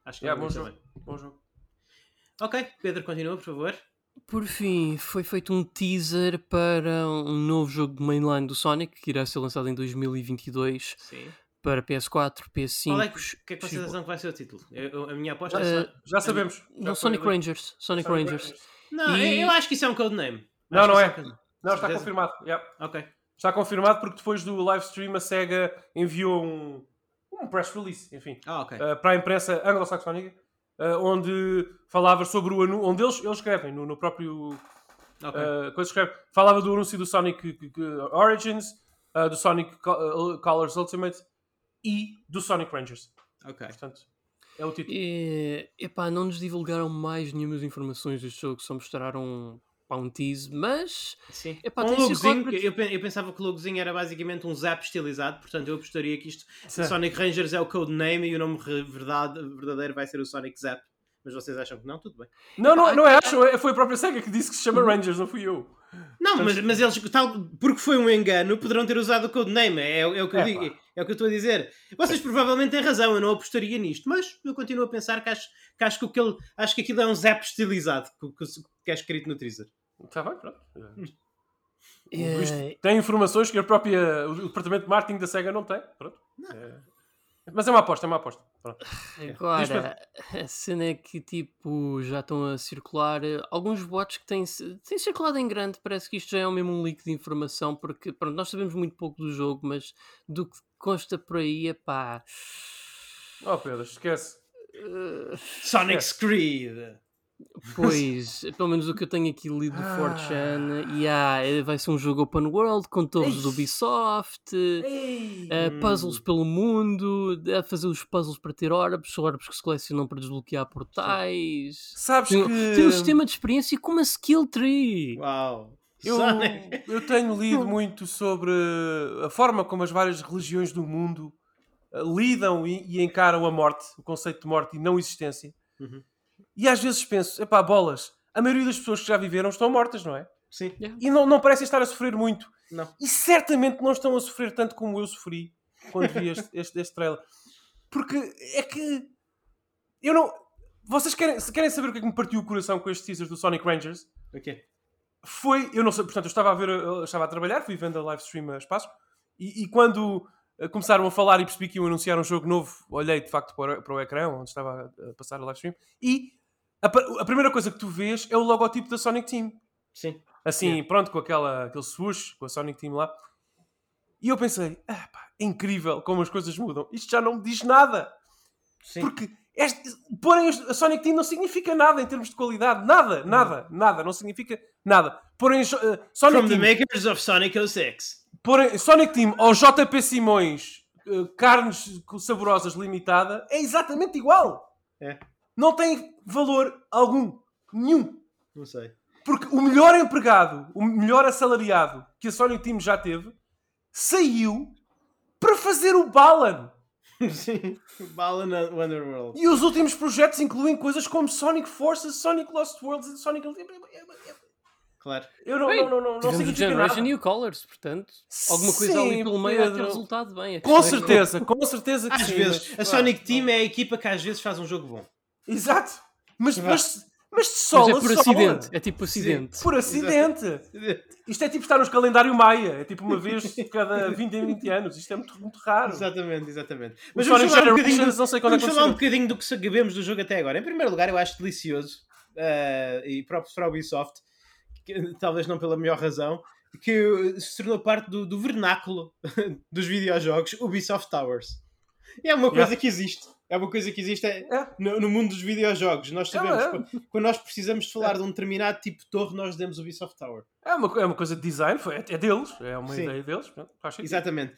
Bom jogo. Ok, Pedro, continua, por favor. Por fim, foi feito um teaser para um novo jogo de mainline do Sonic, que irá ser lançado em 2022. Sim. Para PS4, PS5. Qual é que vocês acham que vai ser o título? A minha aposta já sabemos. Sonic Rangers. Não, eu acho que isso é um codename. Não é. Não, está confirmado. Ok. Está confirmado porque depois do live stream a SEGA enviou um press release, enfim, para a imprensa anglo-saxónica, onde falava sobre o anúncio, onde eles escrevem no próprio coisa escreve, falava do anúncio do Sonic Origins, do Sonic Colors Ultimate e do Sonic Rangers. Ok. Portanto, é o título. Não nos divulgaram mais nenhumas informações deste jogo, só mostraram um tease, mas sim. Logozinho, eu pensava que o logozinho era basicamente um zap estilizado, portanto eu apostaria que isto Sonic Rangers é o codename e o nome verdadeiro vai ser o Sonic Zap, mas vocês acham que não? Tudo bem. Não é, foi a própria SEGA que disse que se chama Rangers, não fui eu. Não, mas eles, porque foi um engano, poderão ter usado o codename, é o que eu digo, é o que eu estou a dizer. Vocês provavelmente têm razão, eu não apostaria nisto, mas eu continuo a pensar que acho que aquilo é um zap estilizado que é escrito no teaser. Está bem, pronto. Tem informações que o departamento de marketing da SEGA não tem. Pronto. Mas é uma aposta. Pronto. Agora, a cena é que tipo, já estão a circular alguns boatos que têm circulado em grande. Parece que isto já é mesmo um leak de informação, porque pronto, nós sabemos muito pouco do jogo, mas do que consta por aí, epá. Oh Pedro, esquece. Sonic's Creed. Pois, pelo menos o que eu tenho aqui lido do 4chan, vai ser um jogo open world com torres do Ubisoft, puzzles pelo mundo, a fazer os puzzles para ter orbes que se colecionam para desbloquear portais. Sabes tem que... um sistema de experiência com uma skill tree. Uau! Eu tenho lido muito sobre a forma como as várias religiões do mundo lidam e encaram a morte, o conceito de morte e não existência. Uhum. E às vezes penso, epá, bolas, a maioria das pessoas que já viveram estão mortas, não é? Sim. E não parecem estar a sofrer muito. Não. E certamente não estão a sofrer tanto como eu sofri quando vi este trailer. Porque é que... eu não... Vocês querem saber o que é que me partiu o coração com estes teasers do Sonic Rangers? Ok. Foi... Eu não sei, portanto, eu estava a trabalhar, fui vendo a live stream a espaço, e quando começaram a falar e percebi que iam anunciar um jogo novo, olhei de facto para o ecrã onde estava a passar a live stream, e a primeira coisa que tu vês é o logotipo da Sonic Team. Sim. Assim, pronto, com aquele swoosh, com a Sonic Team lá. E eu pensei, é incrível como as coisas mudam. Isto já não me diz nada. Sim. Porque porem a Sonic Team não significa nada em termos de qualidade. Nada. Não significa nada. Porem Sonic From Team, the makers of Sonic 06. porem Sonic Team ao JP Simões, carnes saborosas limitada, é exatamente igual. É. Não tem valor algum. Nenhum. Não sei. Porque o melhor empregado, o melhor assalariado que a Sonic Team já teve, saiu para fazer o Balan. Sim, Balan Wonderworld. E os últimos projetos incluem coisas como Sonic Forces, Sonic Lost Worlds e Sonic... Claro. Eu não tivemos o Generation New Colors, portanto, alguma coisa ali pelo meio a ter resultado bem. Com certeza que às sim. Vezes, a Sonic Team é a equipa que às vezes faz um jogo bom. Exato. Mas de sola, mas é por acidente. É tipo acidente. Sim, por acidente. Isto é tipo estar nos calendário Maia. É tipo uma vez cada 20 anos. Isto é muito, muito raro. Exatamente. Mas vamos falar um bocadinho do que sabemos do jogo até agora. Em primeiro lugar, eu acho delicioso, e próprio para a Ubisoft, que, talvez não pela melhor razão, que se tornou parte do vernáculo dos videojogos Ubisoft Towers. E é uma coisa que existe. É uma coisa que existe no mundo dos videojogos. Nós sabemos, quando nós precisamos de falar de um determinado tipo de torre, nós dizemos Ubisoft Tower. É uma coisa de design, é deles, é uma ideia deles. Exatamente.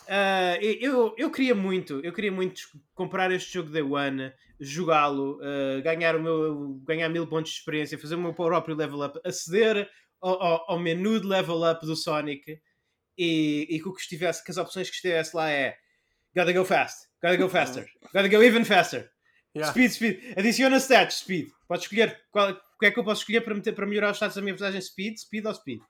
Eu queria muito comprar este jogo Day One, jogá-lo, ganhar 1000 pontos de experiência, fazer o meu próprio level up, aceder ao menu de level up do Sonic e que as opções que estivesse lá é gotta go fast, gotta go faster, gotta go even faster. Speed. Adiciona stats, speed. Podes escolher qual é que eu posso escolher para melhorar os status da minha personagem, speed ou speed.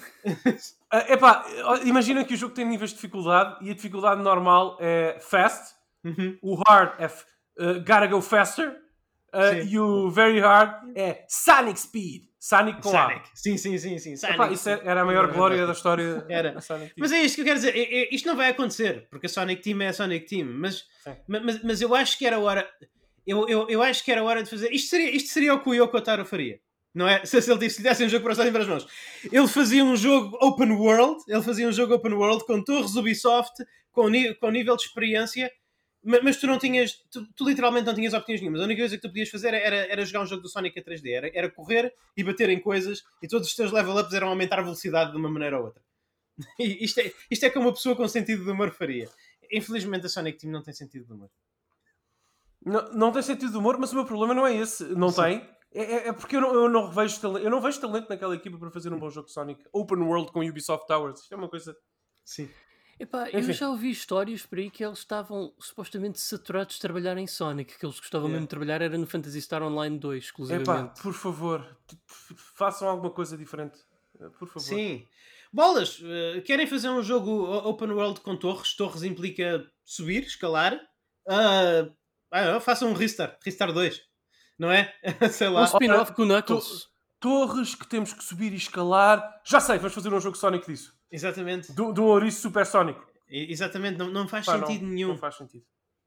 Imagina que o jogo tem níveis de dificuldade e a dificuldade normal é fast, o hard é gotta go faster, e o very hard é Sonic Speed. Sonic com A. Sim. Sonic. Isso era a maior glória da história da Sonic Team. Mas é isto que eu quero dizer. Isto não vai acontecer, porque a Sonic Team é a Sonic Team. Mas eu acho que era hora... Eu acho que era hora de fazer... Isto seria o que o Yoko Taro faria. Não é? Se ele desse um jogo para as mãos. Ele fazia um jogo open world. Com torres Ubisoft, com nível de experiência... Mas tu não tinhas... Tu literalmente não tinhas opções nenhumas. A única coisa que tu podias fazer era jogar um jogo do Sonic a 3D. Era correr e bater em coisas, e todos os teus level-ups eram aumentar a velocidade de uma maneira ou outra. E isto é como uma pessoa com sentido de humor faria. Infelizmente a Sonic Team não tem sentido de humor. Não tem sentido de humor, mas o meu problema não é esse. Não tem. É porque eu não vejo talento. Eu não vejo talento naquela equipa para fazer um bom jogo de Sonic Open World com Ubisoft Towers. Isto é uma coisa... Sim. Eu já ouvi histórias por aí que eles estavam supostamente saturados de trabalhar em Sonic, que eles gostavam mesmo de trabalhar era no Phantasy Star Online 2 exclusivamente. Por favor, façam alguma coisa diferente, por favor. Sim. Bolas, querem fazer um jogo open world com torres implica subir, escalar, façam um Ristar 2, não é? Sei lá. Um spin-off com o Knuckles. Torres que temos que subir e escalar. Já sei, vamos fazer um jogo Sonic disso. Exatamente. Do ouriço supersónico. Exatamente, não faz sentido nenhum. Não faz sentido.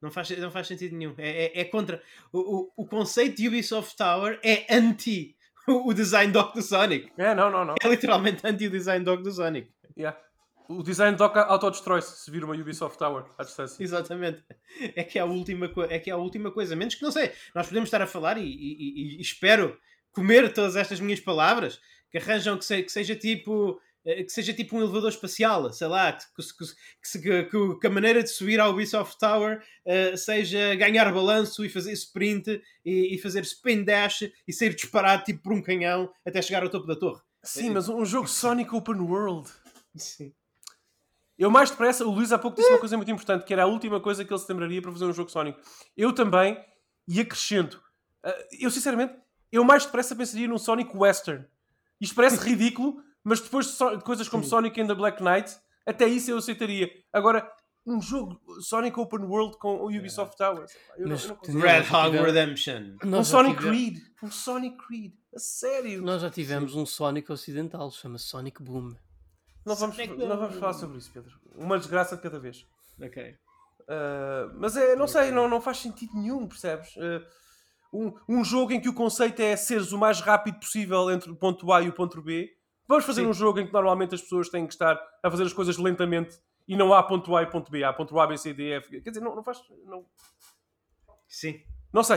Não faz sentido nenhum. É contra. O conceito de Ubisoft Tower é anti o design dock do Sonic. Não. É literalmente anti o design dock do Sonic. Yeah. O design dock autodestrói-se se vir uma Ubisoft Tower à distância. Exatamente. É que é a última coisa. Menos que não sei. Nós podemos estar a falar e espero comer todas estas minhas palavras que arranjam que seja tipo um elevador espacial, sei lá, que a maneira de subir ao Ubisoft Tower seja ganhar balanço e fazer sprint e fazer spin dash e sair disparado tipo por um canhão até chegar ao topo da torre. Sim, mas um jogo Sonic Open World. Sim. Eu mais depressa, o Luís há pouco disse uma coisa muito importante, que era a última coisa que ele se lembraria para fazer um jogo Sonic. Eu também, e acrescento, eu sinceramente, eu mais depressa pensaria num Sonic Western. Isto parece ridículo, mas depois de coisas como Sonic and the Black Knight, até isso eu aceitaria. Agora, um jogo Sonic Open World com o Ubisoft Towers. Red Hog Redemption. Um Sonic Creed. Um Sonic Creed. A sério. Nós já tivemos um Sonic ocidental, chama-se Sonic Boom. Não vamos falar sobre isso, Pedro. Uma desgraça de cada vez. Ok. Mas não sei, não faz sentido nenhum, percebes? Um jogo em que o conceito é seres o mais rápido possível entre o ponto A e o ponto B. Vamos fazer um jogo em que normalmente as pessoas têm que estar a fazer as coisas lentamente e não há ponto A e ponto B. Há ponto A, B, C, D, F. Quer dizer, não faz... Não... Sim. Não sei.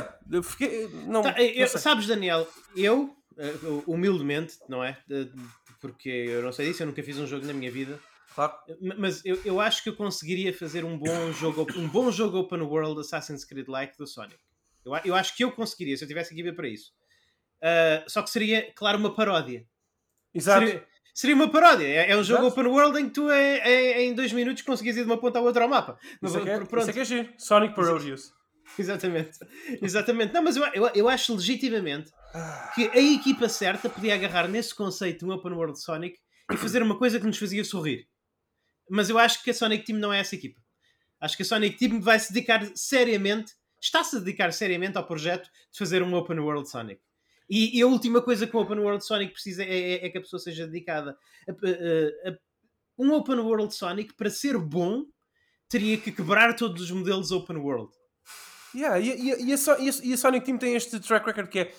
Sabes, Daniel, eu, humildemente, não é? Porque eu não sei disso, eu nunca fiz um jogo na minha vida. Claro. Mas eu acho que eu conseguiria fazer um bom jogo open world Assassin's Creed-like do Sonic. Eu acho que eu conseguiria, se eu tivesse aqui a ver para isso. Só que seria, claro, uma paródia. Exato. Seria uma paródia. É um jogo open world em que tu em 2 minutos conseguias ir de uma ponta à outra ao mapa. Isso é que é giro. Sonic Parodius. Exatamente. Não, mas eu acho legitimamente que a equipa certa podia agarrar nesse conceito de um open world Sonic e fazer uma coisa que nos fazia sorrir. Mas eu acho que a Sonic Team não é essa equipa. Acho que a Sonic Team vai-se dedicar seriamente, está-se a dedicar seriamente ao projeto de fazer um open world Sonic. E a última coisa que o open world Sonic precisa é que a pessoa seja dedicada um open world Sonic, para ser bom, teria que quebrar todos os modelos open world. Yeah, e a Sonic Team tem este track record que é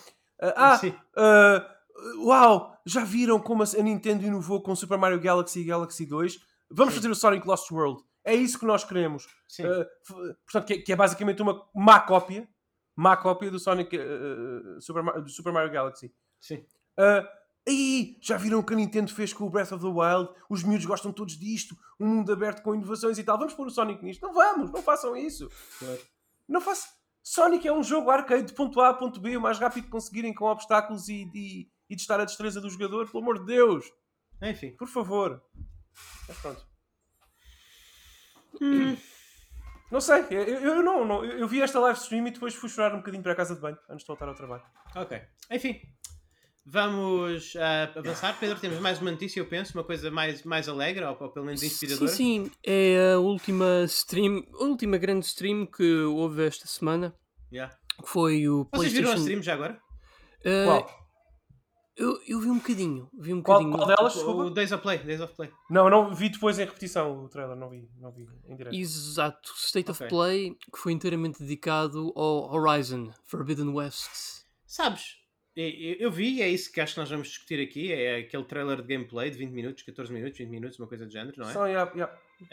uau, já viram como a Nintendo inovou com Super Mario Galaxy e Galaxy 2? Vamos fazer o Sonic Lost World. É isso que nós queremos. Portanto, que é basicamente uma má cópia do Sonic do Super Mario Galaxy. Sim. Aí, já viram o que a Nintendo fez com o Breath of the Wild? Os miúdos gostam todos disto. Um mundo aberto com inovações e tal. Vamos pôr o Sonic nisto? Não façam isso. Claro. Não façam. Sonic é um jogo arcade de ponto A a ponto B, o mais rápido que conseguirem, com obstáculos e de testar a destreza do jogador. Pelo amor de Deus. Enfim. Por favor. Mas pronto. Não sei. Eu vi esta live stream e depois fui chorar um bocadinho para a casa de banho antes de voltar ao trabalho. Ok. Enfim. Vamos avançar. Pedro, temos mais uma notícia, eu penso, uma coisa mais alegre, ou pelo menos inspiradora. Sim. É a última grande stream que houve esta semana. Yeah. Que foi o Vocês PlayStation... viram a stream já agora? Qual? Eu vi um bocadinho. Qual delas? O Days of Play. Não, vi depois em repetição o trailer, não vi em direto. Exato. State of Play, que foi inteiramente dedicado ao Horizon Forbidden West. Sabes, eu vi, é isso que acho que nós vamos discutir aqui, é aquele trailer de gameplay de 20 minutos, 14 minutos, 20 minutos, uma coisa do género, não é? Só, yeah.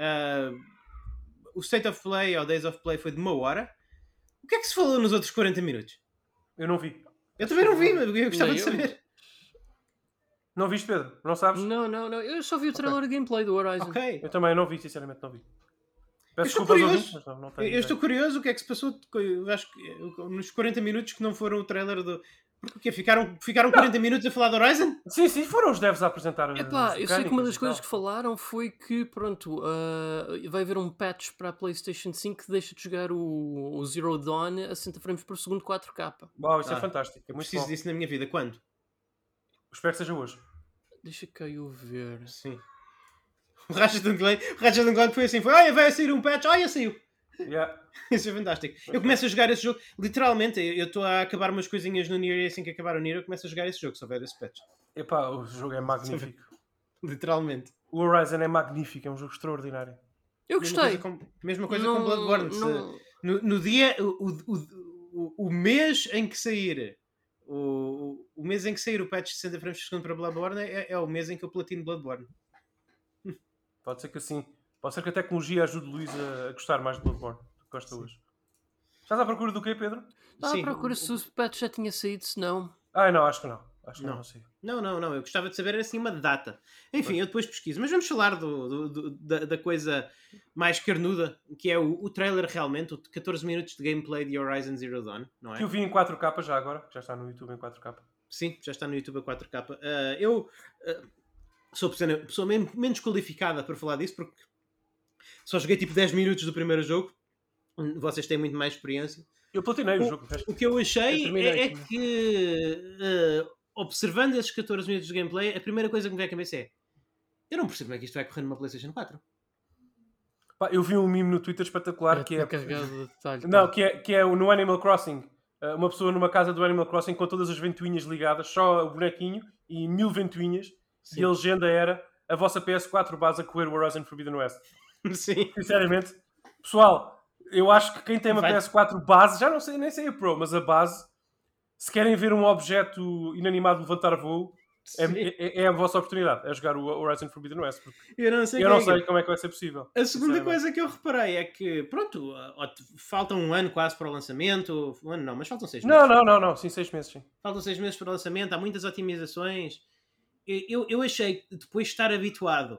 O State of Play ou Days of Play foi de 1 hora. O que é que se falou nos outros 40 minutos? Eu não vi. Eu também não vi, mas eu gostava de saber. Não viste, Pedro? Não sabes? Não. Eu só vi o trailer de gameplay do Horizon. Ok. Eu também não vi, sinceramente não vi. Eu estou curioso. Eu estou curioso o que é que se passou. Eu acho que nos 40 minutos que não foram o trailer do... Porque ficaram 40 minutos a falar de Horizon? Sim, foram os devs a apresentar. Eu sei que uma das coisas que falaram foi que, pronto, vai haver um patch para a PlayStation 5 que deixa de jogar o Zero Dawn a 60 frames por segundo 4K. Uau, isso é fantástico. Eu preciso disso na minha vida. Quando? Espero que seja hoje. Deixa cá eu ver. Sim. O Ratchet & Clank foi assim. Vai sair um patch. Saiu. Yeah. Isso é fantástico. Eu começo a jogar esse jogo. Literalmente, eu estou a acabar umas coisinhas no Nier e assim que acabar o Nier eu começo a jogar esse jogo, se houver esse patch. Epá, o jogo é magnífico. Literalmente. O Horizon é magnífico, é um jogo extraordinário. Eu gostei. Mesma coisa com Bloodborne. No dia, o mês em que sair o mês em que sair o patch de 60 frames por segundo para Bloodborne é o mês em que eu platino Bloodborne. Pode ser que assim. Pode ser que a tecnologia ajude o Luís a gostar mais de Bloodborne do que gosta hoje. Estás à procura do quê, Pedro? Estava à procura se o patch já tinha saído, se não... Não, acho que não. Acho que não sei. Não. Eu gostava de saber assim uma data. Enfim, eu depois pesquiso. Mas vamos falar da coisa mais carnuda, que é o trailer realmente, o 14 minutos de gameplay de Horizon Zero Dawn, não é? Que eu vi em 4K já agora. Já está no YouTube em 4K. Sim, já está no YouTube a 4K. Eu sou a pessoa menos qualificada para falar disso, porque só joguei tipo 10 minutos do primeiro jogo. Vocês têm muito mais experiência. Eu platinei o jogo. O que eu achei é que, observando esses 14 minutos de gameplay, a primeira coisa que me vem à cabeça é: eu não percebo como é que isto vai correr numa PlayStation 4. Pá, eu vi um meme no Twitter espetacular que é... carregado de detalhe. Não, que é no Animal Crossing. Uma pessoa numa casa do Animal Crossing com todas as ventoinhas ligadas, só o bonequinho e 1000 ventoinhas. Sim. E a legenda era: a vossa PS4 base a correr o Horizon Forbidden West. Sim. Sinceramente, pessoal, eu acho que quem tem uma PS4 base, já não sei, nem sei a Pro, mas a base, se querem ver um objeto inanimado levantar voo, é a vossa oportunidade, é jogar o Horizon Forbidden West. Eu não sei como é que vai ser possível. A segunda coisa que eu reparei é que, pronto, falta um ano quase para o lançamento. Um ano não, mas faltam 6 meses. Não, sim, 6 meses, sim. Faltam 6 meses para o lançamento, há muitas otimizações. Eu achei que depois de estar habituado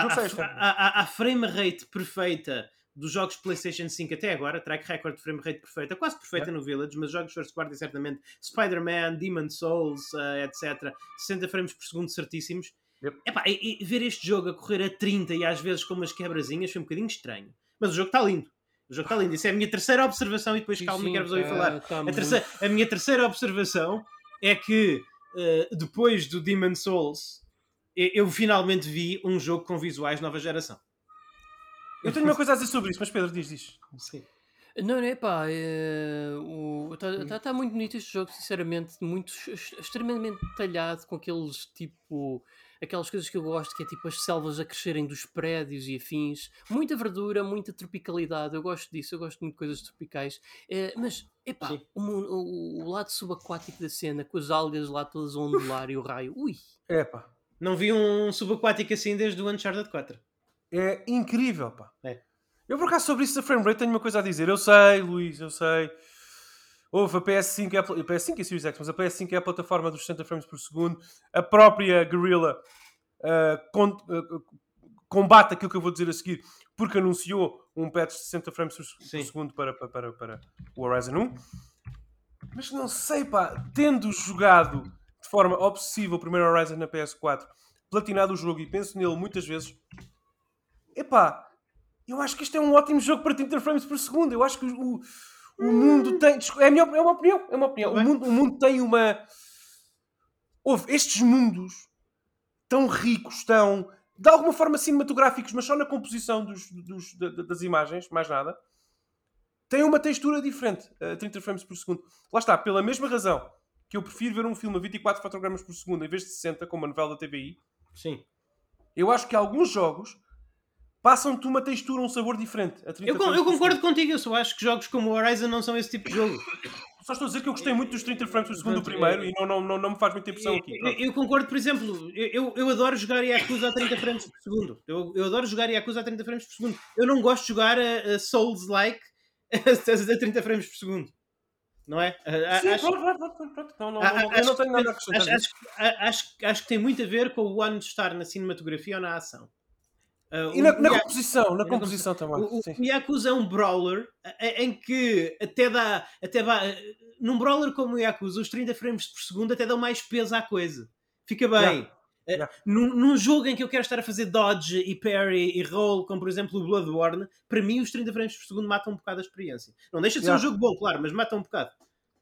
à frame rate perfeita dos jogos PlayStation 5 até agora, track record de frame rate perfeita, quase perfeita no Village, mas jogos first party certamente, Spider-Man, Demon's Souls, etc., 60 frames por segundo certíssimos. Epá, e ver este jogo a correr a 30 e às vezes com umas quebrazinhas foi um bocadinho estranho. Mas o jogo está lindo. Isso é a minha terceira observação e depois calma, quero-vos ouvir falar. A minha terceira observação é que depois do Demon's Souls eu finalmente vi um jogo com visuais nova geração. Eu tenho uma coisa a dizer sobre isso, mas Pedro, diz. Sim. Não, pá, está muito bonito este jogo, sinceramente, extremamente detalhado, com aquelas coisas que eu gosto, que é tipo as selvas a crescerem dos prédios e afins, muita verdura, muita tropicalidade, eu gosto disso, eu gosto muito de coisas tropicais, mas, epá, o lado subaquático da cena, com as algas lá todas a ondular e o raio, ui! Epá. Não vi um subaquático assim desde o Uncharted 4. É incrível, pá. Eu, por acaso, sobre isso da frame rate tenho uma coisa a dizer. Eu sei, Luís, eu sei. Houve a PS5 a PS5 e a Series X, mas a PS5 é a plataforma dos 60 frames por segundo. A própria Guerrilla combate aquilo que eu vou dizer a seguir, porque anunciou um patch de 60 frames por segundo para o Horizon 1. Mas não sei, pá. Tendo jogado de forma obsessiva o primeiro Horizon na PS4, platinado o jogo e penso nele muitas vezes, epá, eu acho que isto é um ótimo jogo para 30 frames por segundo. Eu acho que o mundo tem... É uma opinião. O mundo tem uma... Estes mundos tão ricos, tão... de alguma forma cinematográficos, mas só na composição das imagens, mais nada, têm uma textura diferente a 30 frames por segundo. Lá está, pela mesma razão que eu prefiro ver um filme a 24 fotogramas por segundo em vez de 60, como a novela da TVI. Sim. Eu acho que alguns jogos passam-te uma textura, um sabor diferente. Eu concordo contigo, eu só acho que jogos como o Horizon não são esse tipo de jogo. Só estou a dizer que eu gostei muito dos 30 frames por segundo do primeiro e não me faz muita impressão aqui. Eu concordo, por exemplo, eu adoro jogar Yakuza a 30 frames por segundo. Eu adoro jogar Yakuza a 30 frames por segundo. Eu não gosto de jogar a Souls-like a 30 frames por segundo. Não é? Sim, pronto. Eu não tenho nada a acrescentar. Acho que tem muito a ver com o ano de estar na cinematografia ou na ação. E na composição também. O Yakuza é um brawler em que até dá num brawler como o Yakuza, os 30 frames por segundo até dão mais peso à coisa. Fica bem. Num jogo em que eu quero estar a fazer dodge e parry e roll, como por exemplo o Bloodborne, para mim os 30 frames por segundo matam um bocado a experiência. Não deixa de ser um jogo bom, claro, mas matam um bocado.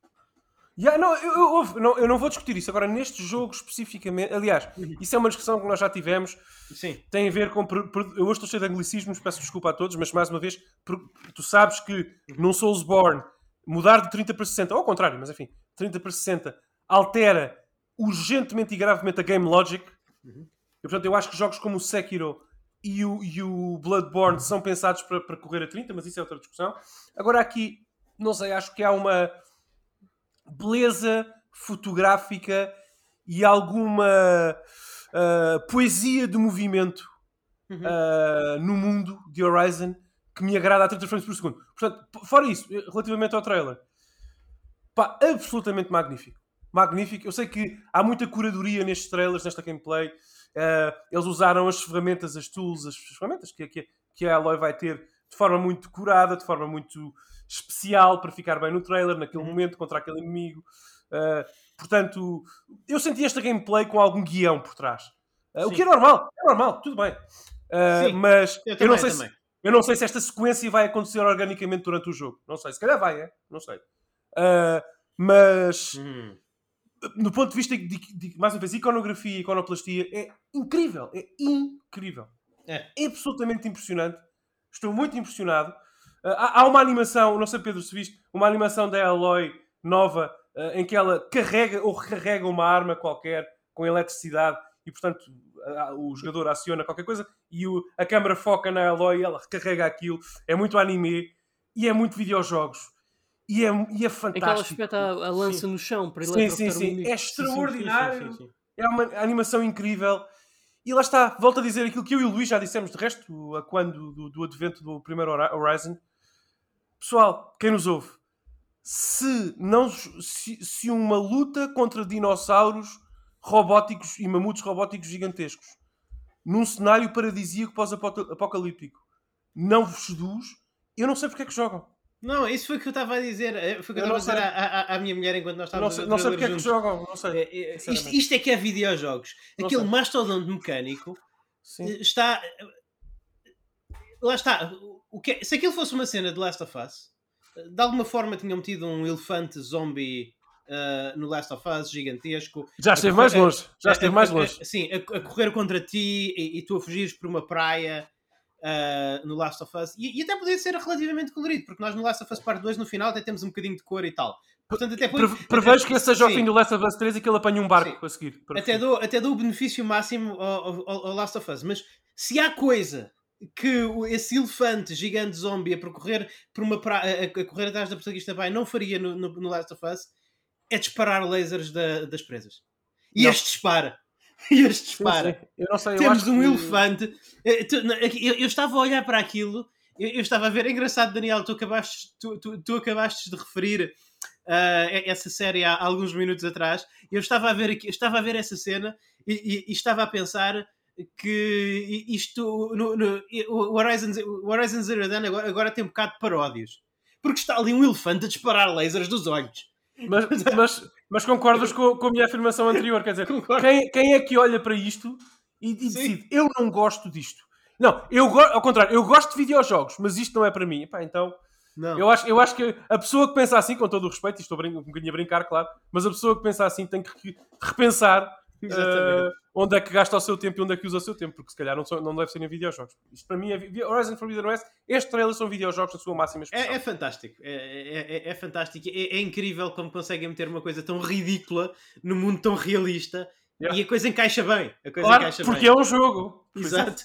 Eu não vou discutir isso. Agora, neste jogo especificamente, aliás, isso é uma discussão que nós já tivemos. Sim. Tem a ver com... Eu hoje estou cheio de anglicismos, peço desculpa a todos, mas mais uma vez, tu sabes que num Soulsborne mudar de 30 para 60, ou ao contrário, mas enfim, 30 para 60 altera urgentemente e gravemente a game logic. E portanto eu acho que jogos como o Sekiro e o Bloodborne são pensados para correr a 30, mas isso é outra discussão. Agora aqui, não sei, acho que há uma beleza fotográfica e alguma poesia de movimento no mundo de Horizon que me agrada a 30 frames por segundo. Portanto, fora isso, relativamente ao trailer, pá, absolutamente magnífico. Magnífico. Eu sei que há muita curadoria nestes trailers, nesta gameplay. Eles usaram as ferramentas, as tools, as ferramentas que a Aloy vai ter de forma muito curada, de forma muito especial para ficar bem no trailer, naquele momento, contra aquele inimigo. Portanto, eu senti esta gameplay com algum guião por trás. O que é normal, tudo bem. Mas eu não sei se esta sequência vai acontecer organicamente durante o jogo. Não sei, se calhar vai, não sei. Mas do ponto de vista de mais uma vez, iconografia e iconoplastia, é incrível. É absolutamente impressionante. Estou muito impressionado. Há uma animação, não sei, Pedro, se viste, uma animação da Aloy nova, em que ela carrega ou recarrega uma arma qualquer com eletricidade e, portanto, o jogador aciona qualquer coisa e a câmera foca na Aloy e ela recarrega aquilo. É muito anime e é muito videojogos. E é fantástico. Em que ela espeta a lança no chão para eletrocutar o inimigo. É extraordinário. É uma animação incrível. E lá está, volto a dizer aquilo que eu e o Luís já dissemos de resto, a quando do advento do primeiro Horizon. Pessoal, quem nos ouve, se uma luta contra dinossauros robóticos e mamutos robóticos gigantescos num cenário paradisíaco pós-apocalíptico não vos seduz, eu não sei porque é que jogam. Não, isso foi o que eu estava a dizer. Foi o que eu estava a dizer à minha mulher enquanto nós estávamos a não sei porque é que jogam. Não sei. Isto é que é videojogos. Aquele mastodonte mecânico está... Lá está. Se aquilo fosse uma cena de Last of Us, de alguma forma tinham metido um elefante zombie no Last of Us gigantesco. Já esteve mais longe. Sim, a correr contra ti e tu a fugires por uma praia... no Last of Us, e até podia ser relativamente colorido, porque nós no Last of Us Part 2 no final até temos um bocadinho de cor e tal. Portanto, até prevejo que esse seja o fim do Last of Us 3 e que ele apanhe um barco a seguir. Até dou o benefício máximo ao Last of Us, mas se há coisa que esse elefante gigante zombie a percorrer por uma praia, a correr atrás da protagonista não faria no Last of Us, é disparar lasers das presas. E este dispara. Sim. Eu não sei, temos elefante. Eu estava a olhar para aquilo, eu estava a ver. É engraçado, Daniel, tu acabaste de referir essa série há alguns minutos atrás. Eu estava a ver essa cena e estava a pensar que isto o Horizon Zero Dawn agora tem um bocado de paródias, porque está ali um elefante a disparar lasers dos olhos. Mas concordas com a minha afirmação anterior? Quer dizer, quem é que olha para isto e decide, eu não gosto disto? Não, ao contrário, eu gosto de videojogos, mas isto não é para mim. Epá, então, não. Eu acho que a pessoa que pensa assim, com todo o respeito, e estou um bocadinho a brincar, claro, mas a pessoa que pensa assim tem que repensar onde é que gasta o seu tempo e onde é que usa o seu tempo, porque se calhar não deve ser em videojogos. Isto para mim é Horizon Forbidden West. Este trailer são videojogos na sua máxima expressão. É fantástico. É fantástico. É incrível como conseguem meter uma coisa tão ridícula num mundo tão realista e a coisa encaixa bem. Porque é um jogo. Exato.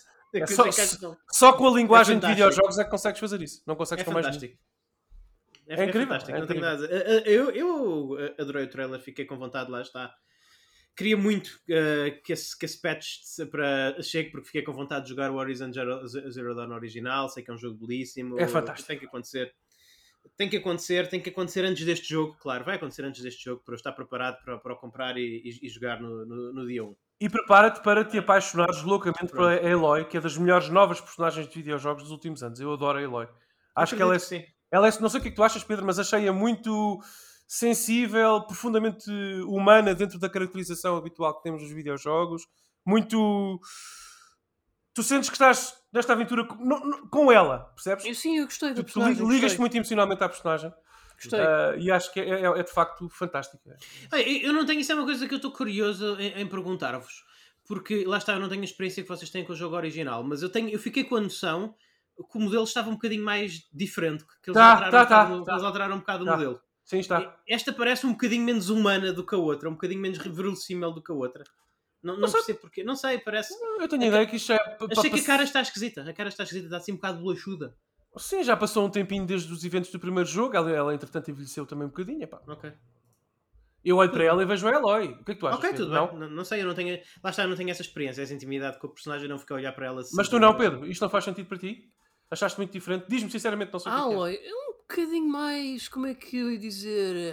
Só com a linguagem de videojogos é que consegues fazer isso. Não consegues com mais fantástico. É incrível. Fantástico. Não tenho nada. Eu adorei o trailer, fiquei com vontade, lá está. Queria muito que esse patch chegue, porque fiquei com vontade de jogar o Horizon Zero Dawn original. Sei que é um jogo belíssimo. É fantástico. Tem que acontecer antes deste jogo. Claro, vai acontecer antes deste jogo, para eu estar preparado para o comprar e jogar no dia 1. E prepara-te para te apaixonares loucamente pela Aloy, que é das melhores novas personagens de videojogos dos últimos anos. Eu adoro a Aloy. Acho que ela é... Não sei o que é que tu achas, Pedro, mas achei-a muito sensível, profundamente humana dentro da caracterização habitual que temos nos videojogos. Muito... Tu sentes que estás nesta aventura com ela, percebes? Sim, eu gostei da personagem. Tu ligas-te muito emocionalmente à personagem. Gostei. E acho que é de facto fantástico. Eu não tenho... Isso é uma coisa que eu estou curioso em perguntar-vos. Porque, lá está, eu não tenho a experiência que vocês têm com o jogo original. Mas eu fiquei com a noção que o modelo estava um bocadinho mais diferente. Que eles alteraram um bocado o modelo. Sim, está. Esta parece um bocadinho menos humana do que a outra. Um bocadinho menos verossímil do que a outra. Não percebo porquê. Não sei, parece... Eu tenho a ideia que isto é... Achei que a cara está esquisita. A cara está esquisita, está assim um bocado bolachuda. Sim, já passou um tempinho desde os eventos do primeiro jogo. Ela entretanto, envelheceu também um bocadinho. Epá. Ok. Eu olho para ela e vejo a Eloy. O que é que tu achas? Ok, Pedro? tudo bem. Não sei, eu não tenho... Lá está, eu não tenho essa experiência, essa intimidade com o personagem, não fiquei a olhar para ela assim. Mas tu não, Pedro? Isto não faz sentido para ti? Achaste muito diferente? Diz-me sinceramente, não sei o que é. Aloy, é um bocadinho mais... Como é que eu ia dizer?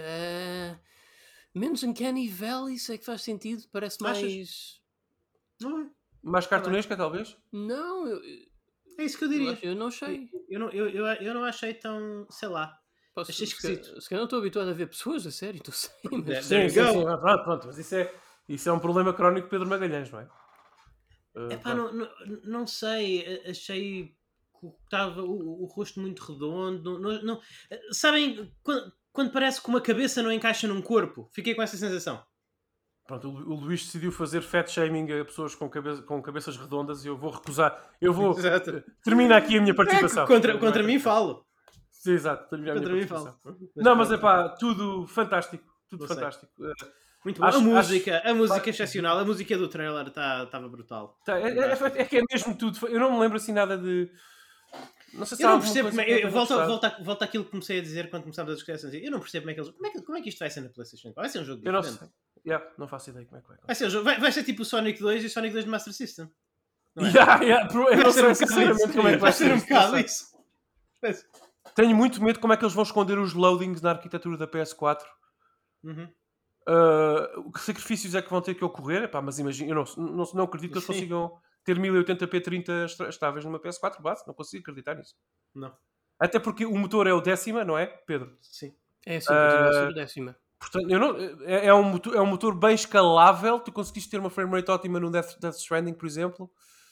Menos Uncanny Valley, sei que faz sentido. Parece mais... Não é? Mais cartunesca, talvez? Não, É isso que eu diria. eu não achei. Eu não achei tão... Sei lá. Posso, Achei esquisito. se calhar não estou habituado a ver pessoas, a sério, estou sem. Mas... There you go. Pronto, mas isso é um problema crónico de Pedro Magalhães, não é? Epá, não sei. Achei que estava o rosto muito redondo. Sabem, quando parece que uma cabeça não encaixa num corpo? Fiquei com essa sensação. Pronto, o Luís decidiu fazer fat shaming a pessoas com cabeças redondas e eu vou recusar. Eu vou... Termina aqui a minha participação. Contra mim falo. Sim, exato, termina a minha Contra mim participação. falo. Não, mas é pá, tudo fantástico. Tudo fantástico. Muito bom. A música excepcional. A música do trailer estava brutal. É que é mesmo tudo. Eu não me lembro assim nada de... Não sei se eu há não percebo alguma como coisa volta àquilo que comecei a dizer quando começámos a discutir. Eu não percebo como é que isto vai ser na PlayStation. Vai ser um jogo Eu não diferente. sei. Não faço ideia como é que vai. Vai ser um jogo. Vai ser tipo o Sonic 2 e o Sonic 2 de Master System. Não é? Eu não sei sinceramente como é que vai ser. Vai ser um bocado isso. Tenho muito medo de como é que eles vão esconder os loadings na arquitetura da PS4. Uhum. Que sacrifícios é que vão ter que ocorrer? Epá, mas imagino, eu não acredito que eles consigam ter 1080p 30 estáveis numa PS4 base. Não consigo acreditar nisso. Não. Até porque o motor é o 10º, não é, Pedro? Sim. É assim, continua a ser o 10º. Portanto, é um motor bem escalável. Tu conseguiste ter uma framerate ótima no Death Stranding, por exemplo.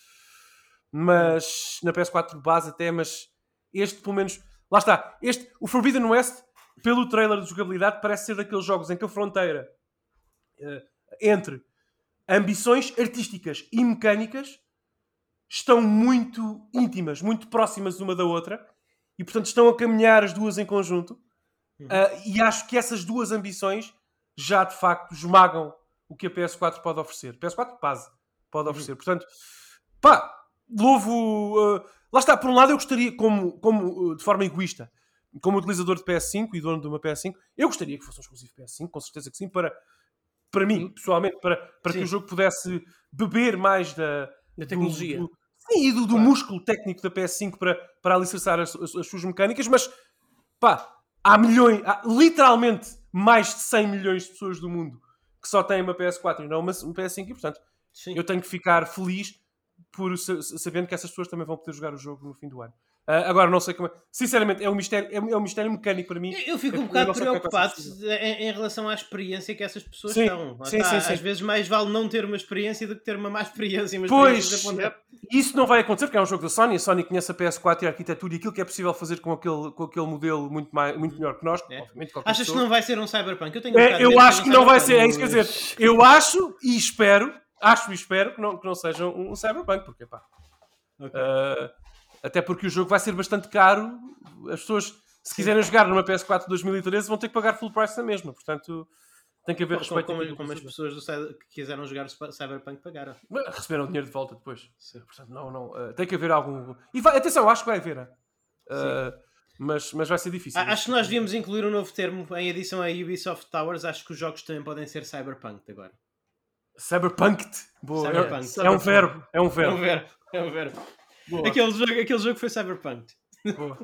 Mas na PS4 base até, mas este pelo menos... Lá está. O Forbidden West, pelo trailer de jogabilidade, parece ser daqueles jogos em que a fronteira entre ambições artísticas e mecânicas estão muito íntimas, muito próximas uma da outra, e portanto estão a caminhar as duas em conjunto. E acho que essas duas ambições já de facto esmagam o que a PS4 pode oferecer. PS4 base pode oferecer. Portanto, pá, louvo... lá está, por um lado eu gostaria, como de forma egoísta, como utilizador de PS5 e dono de uma PS5, eu gostaria que fosse um exclusivo PS5, com certeza que sim, para mim, pessoalmente, para que o jogo pudesse beber mais da tecnologia. Do músculo técnico da PS5 para alicerçar as suas mecânicas, mas pá, há literalmente mais de 100 milhões de pessoas do mundo que só têm uma PS4 e não uma PS5 e portanto eu tenho que ficar feliz por sabendo que essas pessoas também vão poder jogar o jogo no fim do ano. Agora não sei como é. Sinceramente, é um mistério mecânico para mim. Eu fico um bocado preocupado em relação à experiência que essas pessoas estão. Sim. Às vezes mais vale não ter uma experiência do que ter uma má experiência. Pois, isso não vai acontecer porque é um jogo da Sony. A Sony conhece a PS4 e a arquitetura e aquilo que é possível fazer com aquele modelo muito melhor que nós. Obviamente, achas que não vai ser um Cyberpunk? Eu acho que não vai ser. É isso que quer dizer. Eu acho e espero que não seja um Cyberpunk, porque pá. Até porque o jogo vai ser bastante caro. As pessoas, se quiserem jogar numa PS4 de 2013, vão ter que pagar full price na mesma. Portanto, tem que haver respeito. Como as pessoas que quiseram jogar Cyberpunk pagaram. Receberam o dinheiro de volta depois. Sim. Portanto, não, tem que haver algum... atenção, acho que vai haver. Mas vai ser difícil. Acho que nós devíamos incluir um novo termo em adição a Ubisoft Towers. Acho que os jogos também podem ser Cyberpunk agora. Cyberpunked. Boa. Cyberpunk. É um verbo. É um verbo. Aquele jogo foi Cyberpunk. Boa.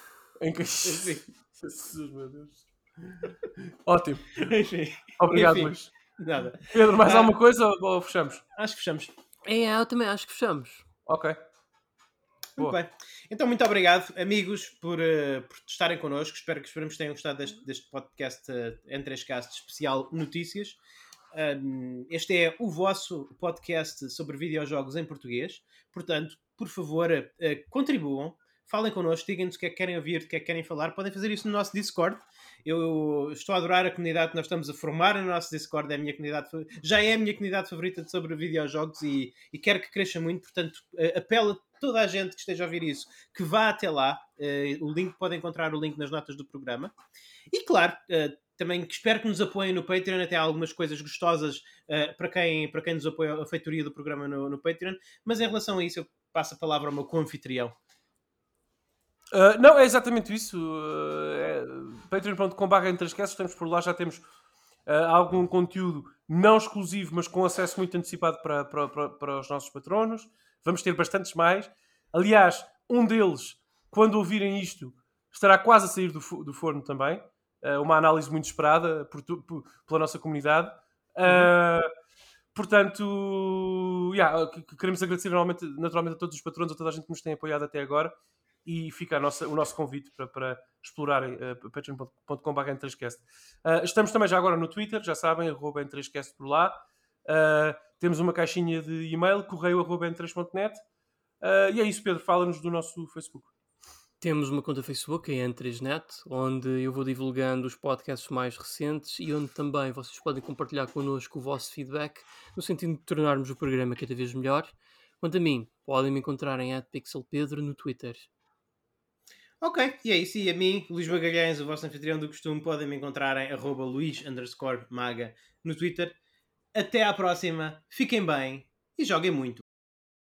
Jesus, meu Deus. Ótimo. Enfim. Obrigado, Luís. Nada. Pedro, mais alguma coisa ou fechamos? Acho que fechamos. Eu também acho que fechamos. Ok. Muito bem. Então, muito obrigado, amigos, por estarem connosco. Esperamos que tenham gostado deste podcast N3Cast especial Notícias. Este é o vosso podcast sobre videojogos em português. Portanto, por favor, contribuam. falem connosco, digam-nos o que é que querem ouvir, o que é que querem falar. Podem fazer isso no nosso Discord. Eu estou a adorar a comunidade que nós estamos a formar no nosso Discord. É a minha comunidade, já é a minha comunidade favorita sobre videojogos e quero que cresça muito. Portanto, apelo a toda a gente que esteja a ouvir isso que vá até lá. O link, podem encontrar o link nas notas do programa. E claro, também espero que nos apoiem no Patreon. Até há algumas coisas gostosas para quem nos apoia a feitoria do programa no Patreon. Mas em relação a isso, eu passo a palavra ao meu co-anfitrião. Não, é exatamente isso. Patreon.com/entreesqueces. Estamos por lá, já temos algum conteúdo não exclusivo, mas com acesso muito antecipado para os nossos patronos. Vamos ter bastantes mais. Aliás, um deles, quando ouvirem isto, estará quase a sair do forno também. Uma análise muito esperada pela nossa comunidade. Portanto, queremos agradecer naturalmente a todos os patronos, a toda a gente que nos tem apoiado até agora. E fica o nosso convite para explorarem patreon.com/entreesquece. Estamos também já agora no Twitter, já sabem, @entreesquece por lá. Temos uma caixinha de e-mail, correio@n3.net. E é isso, Pedro, fala-nos do nosso Facebook. Temos uma conta Facebook, a N3Net, onde eu vou divulgando os podcasts mais recentes e onde também vocês podem compartilhar connosco o vosso feedback, no sentido de tornarmos o programa cada vez melhor. Quanto a mim, podem me encontrar em @pixelpedro no Twitter. Ok, e é isso. E a mim, Luís Magalhães, o vosso anfitrião do costume, podem me encontrar em @luís_maga no Twitter. Até à próxima, fiquem bem e joguem muito.